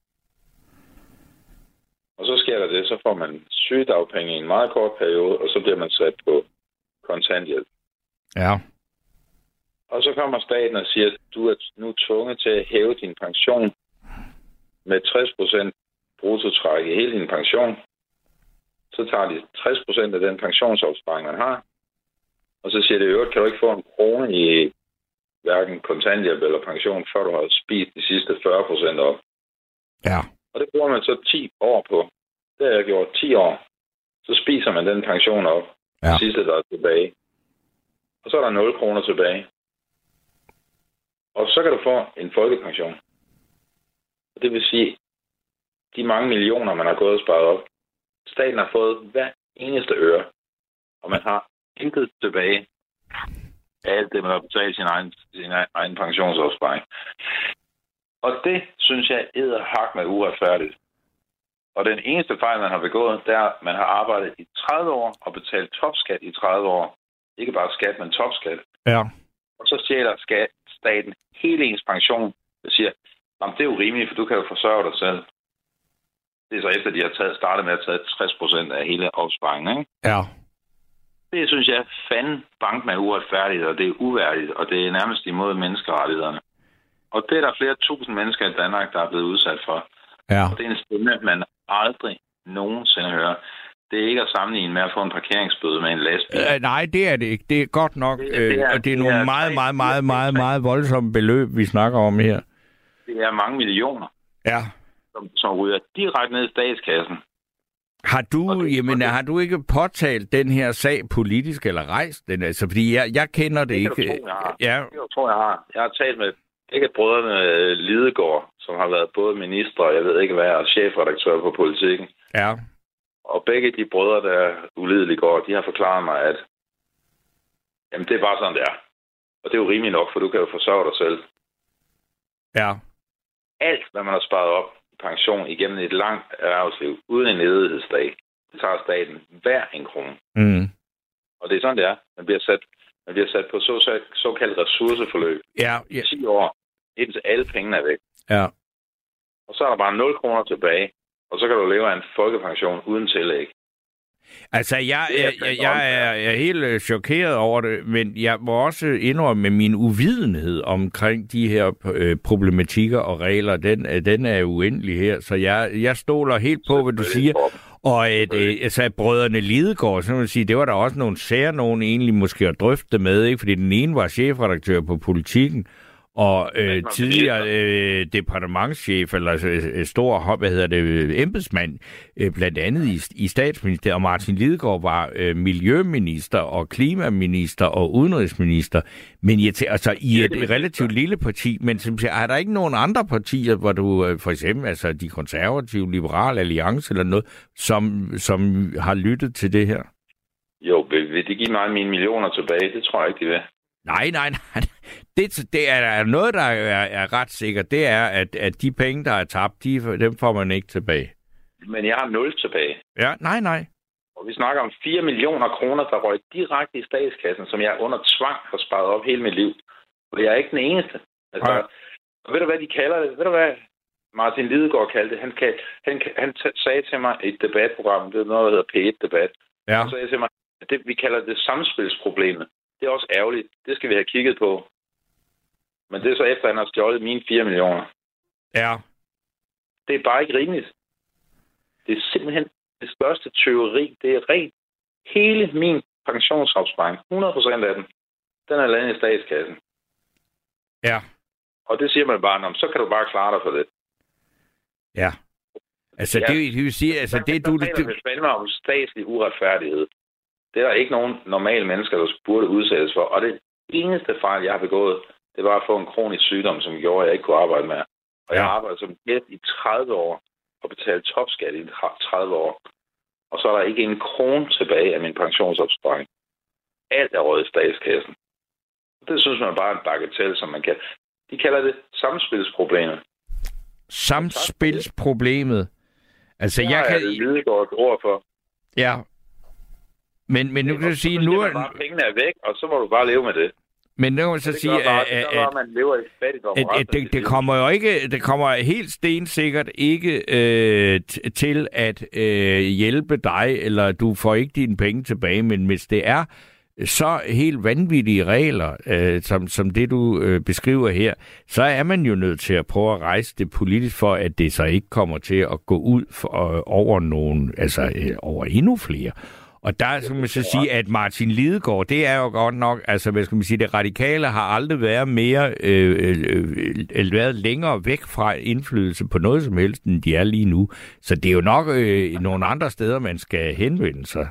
Og så sker der det, så får man sygedagpenge i en meget kort periode, og så bliver man sat på kontanthjælp. Ja. Og så kommer staten og siger, at du er nu tvunget til at hæve din pension med 60% bruttotræk i hele din pension. Så tager de 60% af den pensionsopsparing, man har. Og så siger det, at kan du ikke få en krone i hverken kontanthjælp eller pension, før du har spist de sidste 40% op. Ja. Og det bruger man så 10 år på. Det har jeg gjort 10 år. Så spiser man den pension op. Ja. Det sidste, der er tilbage. Og så er der 0 kroner tilbage. Og så kan du få en folkepension. Og det vil sige, de mange millioner, man har gået og sparet op, staten har fået hver eneste øre, og man har intet tilbage af alt det, man har betalt sin egen pensionsopsparing. Og det, synes jeg, edderhak med uretfærdigt. Og den eneste fejl, man har begået, det er, at man har arbejdet i 30 år og betalt topskat i 30 år. Ikke bare skat, men topskat. Ja. Og så stjæler staten hele ens pension. Det siger, det er jo rimeligt, for du kan jo forsørge dig selv. Det er så efter, de har startet med at tage 60% af hele opsparingen, ikke? Ja. Det synes jeg fanden bank med uretfærdigt, og det er uværdigt, og det er nærmest imod menneskerettighederne. Og det er der flere tusind mennesker i Danmark, der er blevet udsat for. Ja. Og det er en stemme, man aldrig nogensinde hører. Det er ikke at sammenligne med at få en parkeringsbøde med en lastbil. Nej, det er det ikke. Det er godt nok. Og det er nogle meget voldsomme beløb, vi snakker om her. Det er mange millioner. Ja. Som ryger direkte ned i statskassen. Har du ikke påtalt den her sag politisk eller rejst den? Altså, fordi jeg kender det ikke. Jeg tror, jeg har. Jeg har talt med begge brødrene Lidegaard, som har været både minister og jeg ved ikke hvad, og chefredaktør på Politikken. Ja. Og begge de brødre, der ulideligt går, de har forklaret mig, at jamen, det er bare sådan, det er. Og det er jo rimeligt nok, for du kan jo forsørge dig selv. Ja. Alt, hvad man har sparet op i pension igennem et langt erhvervsliv, uden en ledighedsdag, det tager staten hver en krone. Mm. Og det er sådan, det er. Man bliver sat på såkaldt ressourceforløb. Ja. 10 år, indtil alle pengene er væk. Ja. Og så er der bare 0 kroner tilbage. og så kan du leve af en folkepension uden tillæg. Altså, jeg er helt chokeret over det, men jeg må også indrømme med min uvidenhed omkring de her problematikker og regler, den er uendelig her, så jeg stoler helt på, hvad du siger. Og altså, brødrene Lidegaard, så vil jeg sige, det var der også nogle sager, nogen egentlig måske at drøfte med, ikke? Fordi den ene var chefredaktør på Politikken, og tidligere departementschef, eller stor, embedsmand, blandt andet i statsministeriet, og Martin Lidegaard var miljøminister og klimaminister og udenrigsminister, men altså i et relativt lille parti, men er der ikke nogen andre partier, hvor du for eksempel, altså de konservative, liberale alliance eller noget, som har lyttet til det her? Jo, vil de give mig mine millioner tilbage? Det tror jeg ikke, de vil. Nej. Det er noget, der er ret sikkert. Det er, at de penge, der er tabt, dem får man ikke tilbage. Men jeg har 0 tilbage. Ja, nej. Og vi snakker om 4 millioner kroner, der røg direkte i statskassen, som jeg under tvang har sparet op hele mit liv. Og jeg er ikke den eneste. Altså, og ved du, hvad de kalder det? Ved du, hvad Martin Lidegaard kaldte det? Han sagde til mig i et debatprogram, det er noget, der hedder P1-debat. Ja. Han sagde til mig, at vi kalder det samspilsproblemet. Det er også ærgerligt. Det skal vi have kigget på. Men det er så efter, at han har stjålet mine 4 millioner. Ja. Det er bare ikke rimeligt. Det er simpelthen det største tyveri. Det er rent. Hele min pensionsopsparing, 100% af den er landet i statskassen. Ja. Og det siger man bare, så kan du bare klare dig for det. Ja. Altså, ja. Det vil sige, altså, det du... Det spænder mig om statslig uretfærdighed. Det er der ikke nogen normale mennesker, der burde udsættes for. Og det eneste fejl, jeg har begået, det var at få en kronisk sygdom, som gjorde, at jeg ikke kunne arbejde med. Og jeg har arbejdet som gæst i 30 år og betalt topskat i 30 år. Og så er der ikke en krone tilbage af min pensionsopsparing. Alt er røget i statskassen. Det synes man bare er en bagatel, som man kan. De kalder det samspilsproblemet. Samspilsproblemet? Altså, jeg kan... Det er et ord for. Ja. Men nu kan du sige... Nu er bare pengene er væk, og så må du bare leve med det. Men nu kan man så sige, at man lever i fattigdom. Det kommer jo ikke, det kommer helt stensikkert ikke til at hjælpe dig, eller du får ikke dine penge tilbage, men hvis det er så helt vanvittige regler, som det du beskriver her, så er man jo nødt til at prøve at rejse det politisk for, at det så ikke kommer til at gå ud over nogen, altså over endnu flere. Og der skal man så sige, at Martin Lidegaard, det er jo godt nok, altså hvad skal man sige, det radikale har aldrig været mere, været længere væk fra indflydelse på noget som helst, end de er lige nu. Så det er jo nok nogle andre steder, man skal henvende sig.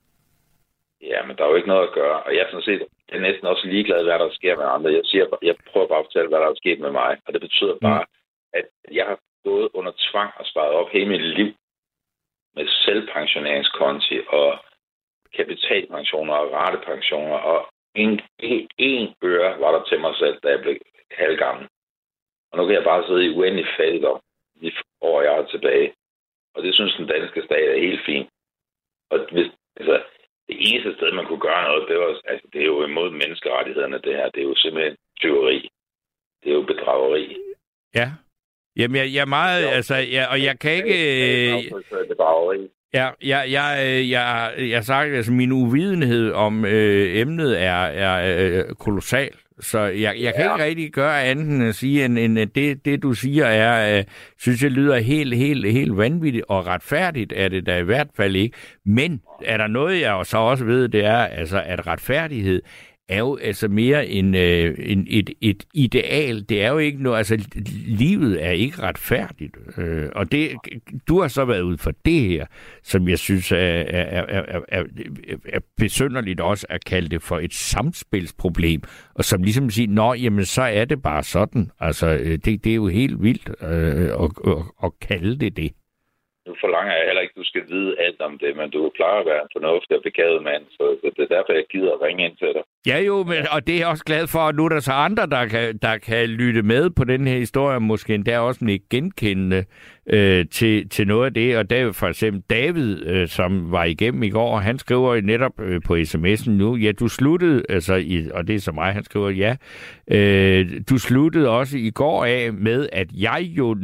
Ja, men der er jo ikke noget at gøre. Og jeg er næsten også ligeglad, hvad der sker med andre. Jeg prøver bare at fortælle, hvad der er sket med mig. Og det betyder bare, at jeg har gået under tvang og sparet op hele mit liv med selvpensioneringskonti og kapitalpensioner og ratepensioner, og en øre var der til mig selv, da jeg blev halvgammel. Og nu kan jeg bare sidde i uendelig fattigdom de år, jeg er tilbage. Og det synes den danske stat er helt fint. Og det eneste sted, man kunne gøre noget, det er jo imod menneskerettighederne, det her. Det er jo simpelthen tyveri. Det er jo bedrageri. Ja. Jamen, jeg er meget, og jeg kan ikke... Ja, jeg har sagt, altså min uvidenhed om emnet er kolossal, så jeg kan ikke rigtig gøre andet end at sige, end det du siger synes jeg lyder helt vanvittigt, og retfærdigt er det da i hvert fald ikke. Men er der noget, jeg så også ved, det er, altså, at retfærdighed er jo altså mere et ideal. Det er jo ikke noget, altså livet er ikke retfærdigt. Og det, du har så været ud for det her, som jeg synes er besynderligt også at kalde det for et samspilsproblem, og som ligesom siger, jamen så er det bare sådan. Altså det er jo helt vildt at kalde det. Nu forlanger jeg heller ikke, at du skal vide alt om det, men du plejer at være en fornuftig og begavet mand, så det er derfor, jeg gider at ringe ind til dig. Ja jo, og det er jeg også glad for, at nu er der så andre, der kan lytte med på den her historie, måske endda også ikke genkende til noget af det. Og der er for eksempel David, som var igennem i går, han skriver netop på sms'en nu, ja, du sluttede, og det er så mig, han skriver, ja, du sluttede også i går af med, at jeg jo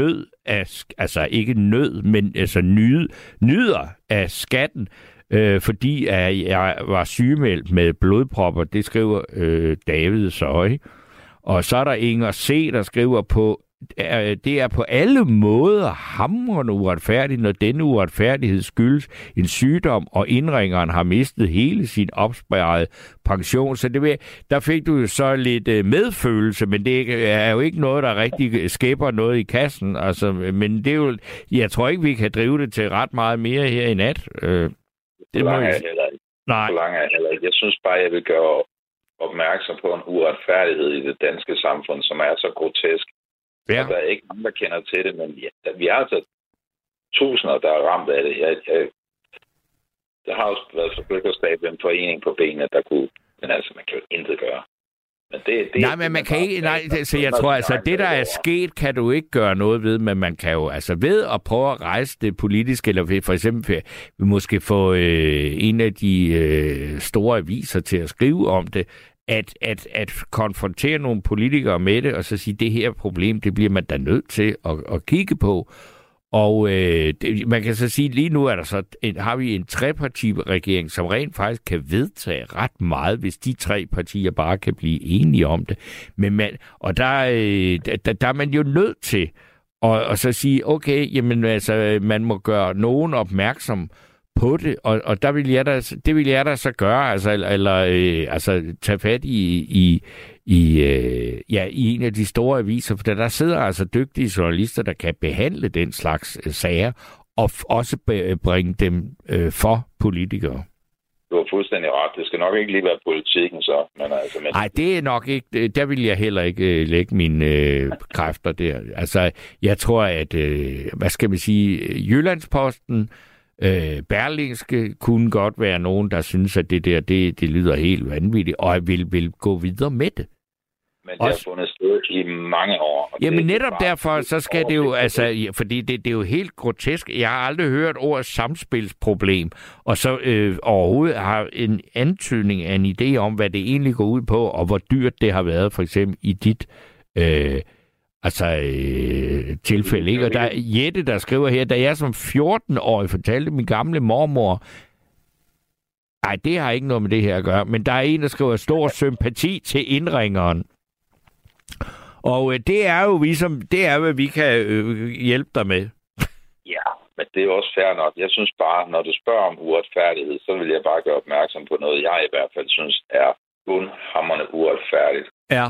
nyder af skatten, fordi jeg var sygemeldt med blodpropper. Det skriver David så. Og så er der Inger C., der skriver på, det er på alle måder hamrende uretfærdigt, når denne uretfærdighed skyldes en sygdom, og indringeren har mistet hele sin opsparede pension. Så der fik du så lidt medfølelse, men det er jo ikke noget, der rigtig skæber noget i kassen. Altså, men det er jo, jeg tror ikke, vi kan drive det til ret meget mere her i nat. Det må jeg heller ikke. Nej. Jeg synes bare, jeg vil gøre opmærksom på en uretfærdighed i det danske samfund, som er så grotesk. Ja. Og der er ikke nogen, der kender til det, men vi har altså tusinder, der er ramt af det. Jeg har også været forsøgt at stable en forening på benene, der kunne... Men altså, man kan jo intet gøre. Men nej, men man kan ikke... Nej, så jeg tror, altså, det, der er sket, kan du ikke gøre noget ved, men man kan jo, altså, ved at prøve at rejse det politiske, eller for eksempel måske få en af de store aviser til at skrive om det, at konfrontere nogle politikere med det, og så sige, det her problem, det bliver man da nødt til at kigge på. Og man kan så sige, lige nu har vi en trepartiregering, som rent faktisk kan vedtage ret meget, hvis de tre partier bare kan blive enige om det. Men der er man jo nødt til at så sige, okay, jamen altså, man må gøre nogen opmærksom på det, og det vil jeg da så gøre, altså tage fat i en af de store aviser, for der sidder altså dygtige journalister, der kan behandle den slags sager, og også bringe dem for politikere. Du har fuldstændig ret. Det skal nok ikke lige være politikken, så. Nej, det er nok ikke. Der vil jeg heller ikke lægge mine kræfter der. Altså, jeg tror, at, hvad skal man sige, Jyllandsposten, Berlingske kunne godt være nogen, der synes, at det lyder helt vanvittigt, og vil gå videre med det. Men det har fundet sted i mange år. Jamen netop derfor, så skal det jo, altså, fordi det er jo helt grotesk. Jeg har aldrig hørt ordet samspilsproblem, og så overhovedet har en antydning af en idé om, hvad det egentlig går ud på, og hvor dyrt det har været, for eksempel i dit tilfælde, ikke? Og der er Jette, der skriver her, da jeg som 14-årig fortalte min gamle mormor, nej, det har ikke noget med det her at gøre, men der er en, der skriver stor sympati til indringeren. Og det er jo hvad vi kan hjælpe dig med. Ja, men det er jo også fair nok. Jeg synes bare, når du spørger om uretfærdighed, så vil jeg bare gøre opmærksom på noget, jeg i hvert fald synes er bundhamrende uretfærdigt. Ja.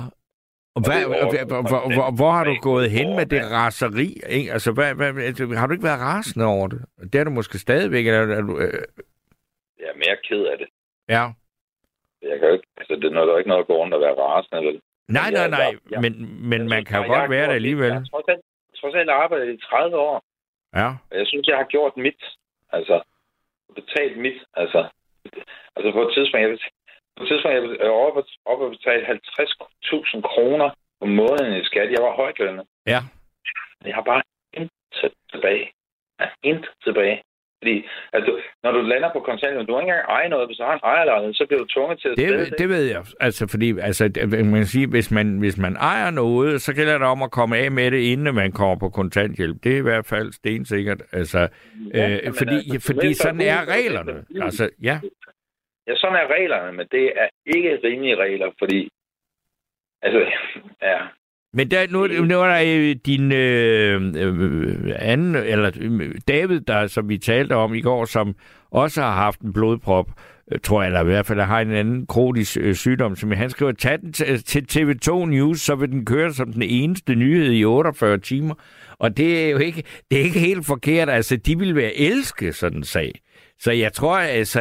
Hvor har du gået hen med det raseri? Ikke? Altså, har du ikke været rasende over det? Det er du måske stadigvæk. Jeg er mere ked af det. Ja. Jeg kan ikke, altså, det er ikke noget at gå rundt og være rasende, vel? Nej. Men man kan jo godt være det alligevel. Jeg har trods alt arbejdet i 30 år. Ja. Og jeg synes, jeg har gjort mit. Altså, betalt mit. Altså på et tidspunkt, jeg var oppe og betalt 50.000 kroner om måneden i skat. Jeg var højtlønnet. Ja. Jeg har bare intet tilbage. Intet tilbage. Fordi når du lander på kontanthjælp, du har ikke engang eje noget, hvis du har en ejerlejlighed, så bliver du tvunget til at stille det. Det ved jeg. Altså, fordi man kan sige, hvis man ejer noget, så gælder det om at komme af med det, inden man kommer på kontanthjælp. Det er i hvert fald stensikkert. Altså, fordi sådan er reglerne. Altså, ja. Ja, sådan er reglerne, men det er ikke rimelige regler, fordi ja. Men nu er der din anden, eller David, der, som vi talte om i går, som også har haft en blodprop, tror jeg, eller i hvert fald har en anden kronisk sygdom, som han skriver, tag den til TV2 News, så vil den køre som den eneste nyhed i 48 timer. Og det er jo ikke helt forkert. Altså, de vil være elske sådan en sag. Så jeg tror altså,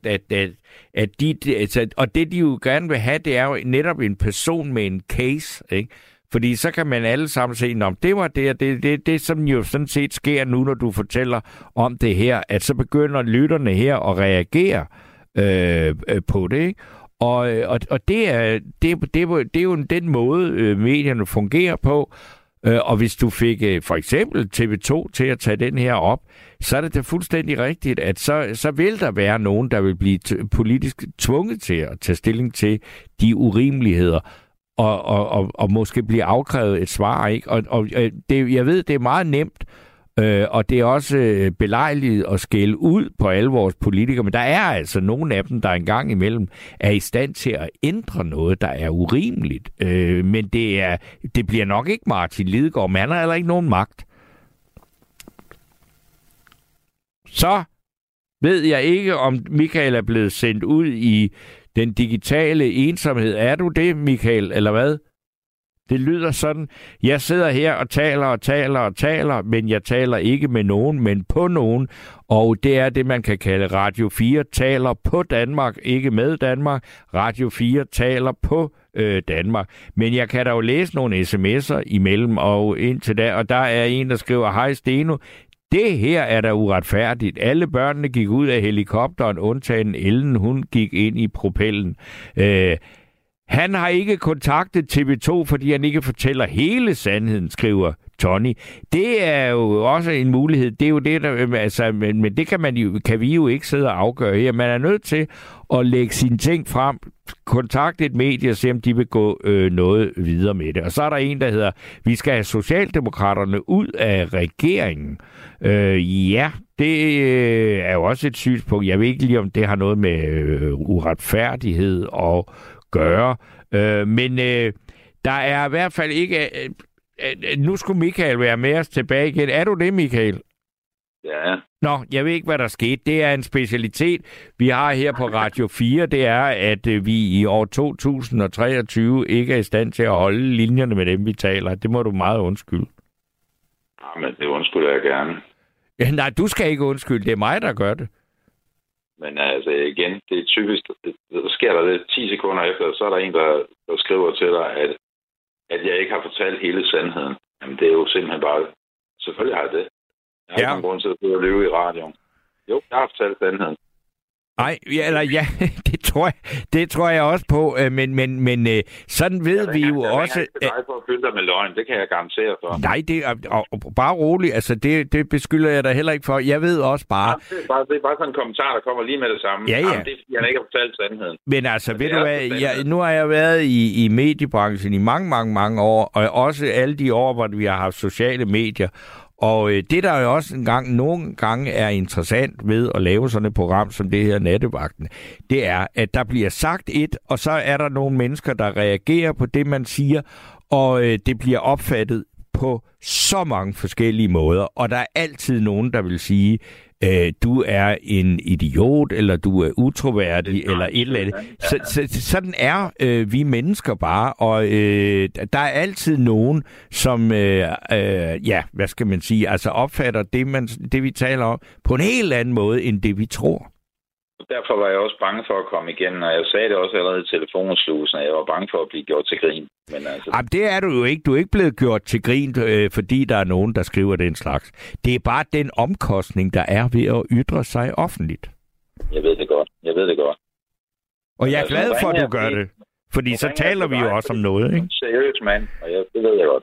og det de jo gerne vil have, det er jo netop en person med en case, ikke? Fordi så kan man alle sammen se, om det var det, som jo sådan set sker nu, når du fortæller om det her, at så begynder lytterne her at reagere på det, ikke? Og det er jo den måde, medierne fungerer på. Og hvis du fik for eksempel TV2 til at tage den her op, så er det da fuldstændig rigtigt, at så vil der være nogen, der vil blive politisk tvunget til at tage stilling til de urimeligheder, og måske blive afkrævet et svar, ikke? Og jeg ved, det er meget nemt, og det er også belejligt at skælde ud på alle vores politikere, men der er altså nogle af dem, der engang imellem er i stand til at ændre noget, der er urimeligt. Men det bliver nok ikke Martin Lidegaard, men han har heller ikke nogen magt. Så ved jeg ikke, om Michael er blevet sendt ud i den digitale ensomhed. Er du det, Michael, eller hvad? Det lyder sådan, jeg sidder her og taler, men jeg taler ikke med nogen, men på nogen. Og det er det, man kan kalde Radio 4 taler på Danmark, ikke med Danmark. Radio 4 taler på Danmark. Men jeg kan da jo læse nogle sms'er imellem, og indtil da, og der er en, der skriver, hej Steno, det her er da uretfærdigt. Alle børnene gik ud af helikopteren, undtagen Ellen, hun gik ind i propellen. Han har ikke kontaktet TV2, fordi han ikke fortæller hele sandheden, skriver Tony. Det er jo også en mulighed. Det er jo det, der, altså, men det kan vi jo ikke sidde og afgøre her. Man er nødt til at lægge sine ting frem, kontakte et medie og se, om de vil gå noget videre med det. Og så er der en, der hedder, vi skal have Socialdemokraterne ud af regeringen. Ja, det er jo også et synspunkt. Jeg ved ikke lige, om det har noget med uretfærdighed og gøre. Men der er i hvert fald ikke... nu skulle Michael være med os tilbage igen. Er du det, Michael? Ja. Nå, jeg ved ikke, hvad der skete. Det er en specialitet, vi har her på Radio 4. Det er, at vi i år 2023 ikke er i stand til at holde linjerne med dem, vi taler. Det må du meget undskylde. Ja, men det undskylder jeg gerne. Ja, nej, du skal ikke undskylde. Det er mig, der gør det. Men altså igen, det er typisk, så sker der det 10 sekunder efter, så er der en, der skriver til dig, at jeg ikke har fortalt hele sandheden. Jamen det er jo simpelthen bare, selvfølgelig har jeg det. Jeg har ikke nogen grund til at løbe i radioen. Jo, jeg har fortalt sandheden. Nej, det tror jeg også på, men sådan ved vi jo også... Jeg er ikke for at fylde dig med løgn, det kan jeg garantere for. Nej, det er bare roligt, altså det beskylder jeg dig heller ikke for. Jeg ved også bare... Ja, det er bare sådan en kommentar, der kommer lige med det samme. Ja. Jamen, det er, fordi han ikke har fortalt sandheden. Men altså, ved du hvad, nu har jeg været i mediebranchen i mange år, og også alle de år, hvor vi har haft sociale medier. Og det, der jo også nogle gange er interessant ved at lave sådan et program som det her Nattevagten, det er, at der bliver sagt et, og så er der nogle mennesker, der reagerer på det, man siger, og det bliver opfattet på så mange forskellige måder. Og der er altid nogen, der vil sige, du er en idiot, eller du er utroværdig, eller et eller andet. Sådan er vi mennesker bare, og der er altid nogen, som, hvad skal man sige, altså opfatter det, vi taler om, på en helt anden måde, end det, vi tror. Derfor var jeg også bange for at komme igen, og jeg sagde det også allerede i telefonslusen, at jeg var bange for at blive gjort til grin. Men altså... Jamen, det er du jo ikke. Du er ikke blevet gjort til grin, fordi der er nogen, der skriver den slags. Det er bare den omkostning, der er ved at ytre sig offentligt. Jeg ved det godt. Og jeg er glad for, at du gør det. Fordi så taler vi jo også om noget, ikke? Seriøs mand, og det ved jeg godt.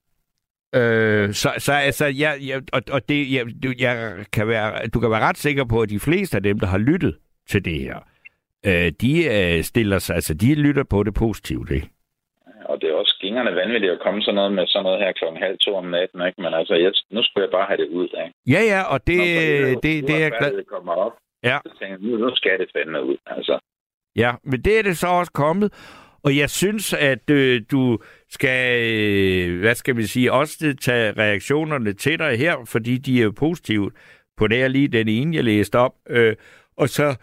Du kan være ret sikker på, at de fleste af dem, der har lyttet til det her, de stiller sig, altså de lytter på det positivt, ikke? Og det er også gingerne vanvittigt at komme sådan noget med sådan noget her 1:30 om natten, ikke? Men altså, nu skulle jeg bare have det ud, ikke? Ja, og det er jeg glad. Det kommer op. Ja. Så tænker jeg, nu skal det fandme ud, altså. Ja, men det er det så også kommet. Og jeg synes, at du skal, også tage reaktionerne til dig her, fordi de er jo positive på det her, lige den ene, jeg læste op. Og så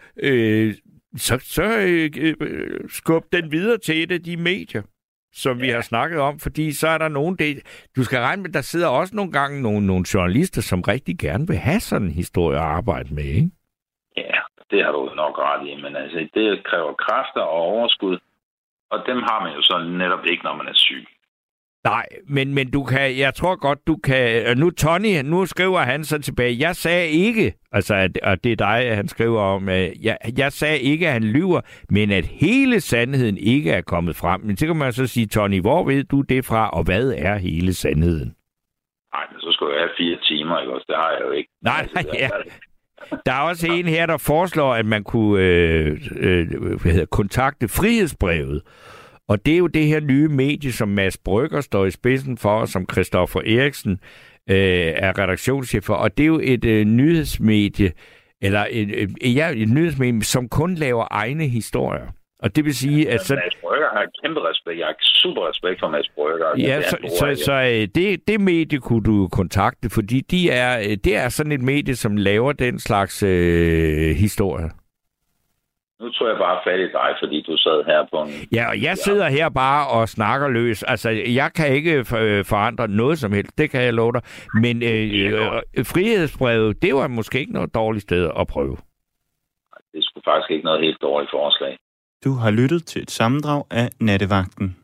skub den videre til et af de medier, som vi har snakket om, fordi så er der nogen, du skal regne med, der sidder også nogle gange nogle journalister, som rigtig gerne vil have sådan en historie at arbejde med, ikke? Ja, det har du nok ret i, men altså, det kræver kræfter og overskud. Og dem har man jo så netop ikke, når man er syg. Nej, men du kan, jeg tror godt, du kan... Nu Tony, nu skriver han så tilbage, jeg sagde ikke, altså, og det er dig, han skriver om, jeg sagde ikke, at han lyver, men at hele sandheden ikke er kommet frem. Men så kan man så sige, Tony, hvor ved du det fra, og hvad er hele sandheden? Nej, men så skulle jeg have 4 timer, ikke også? Det har jeg jo ikke. Nej, ja. Der er også en her, der foreslår, at man kunne kontakte Frihedsbrevet. Og det er jo det her nye medie, som Mads Brygger står i spidsen for, som Christoffer Eriksen er redaktionschef for. Og det er jo et nyhedsmedie, eller et nyhedsmedie, som kun laver egne historier. Og det vil sige, at... Mads Brygger har kæmpe respekt. Jeg har super respekt for Mads Brygger. Ja, så det medie kunne du kontakte, fordi det er sådan et medie, som laver den slags historier. Nu tror jeg bare fat i dig, fordi du sad her på en... Ja, og jeg sidder her bare og snakker løs. Altså, jeg kan ikke forandre noget som helst. Det kan jeg love dig. Men Frihedsbrevet, det var måske ikke noget dårligt sted at prøve. Det er sgu faktisk ikke noget helt dårligt forslag. Du har lyttet til et sammendrag af Nattevagten.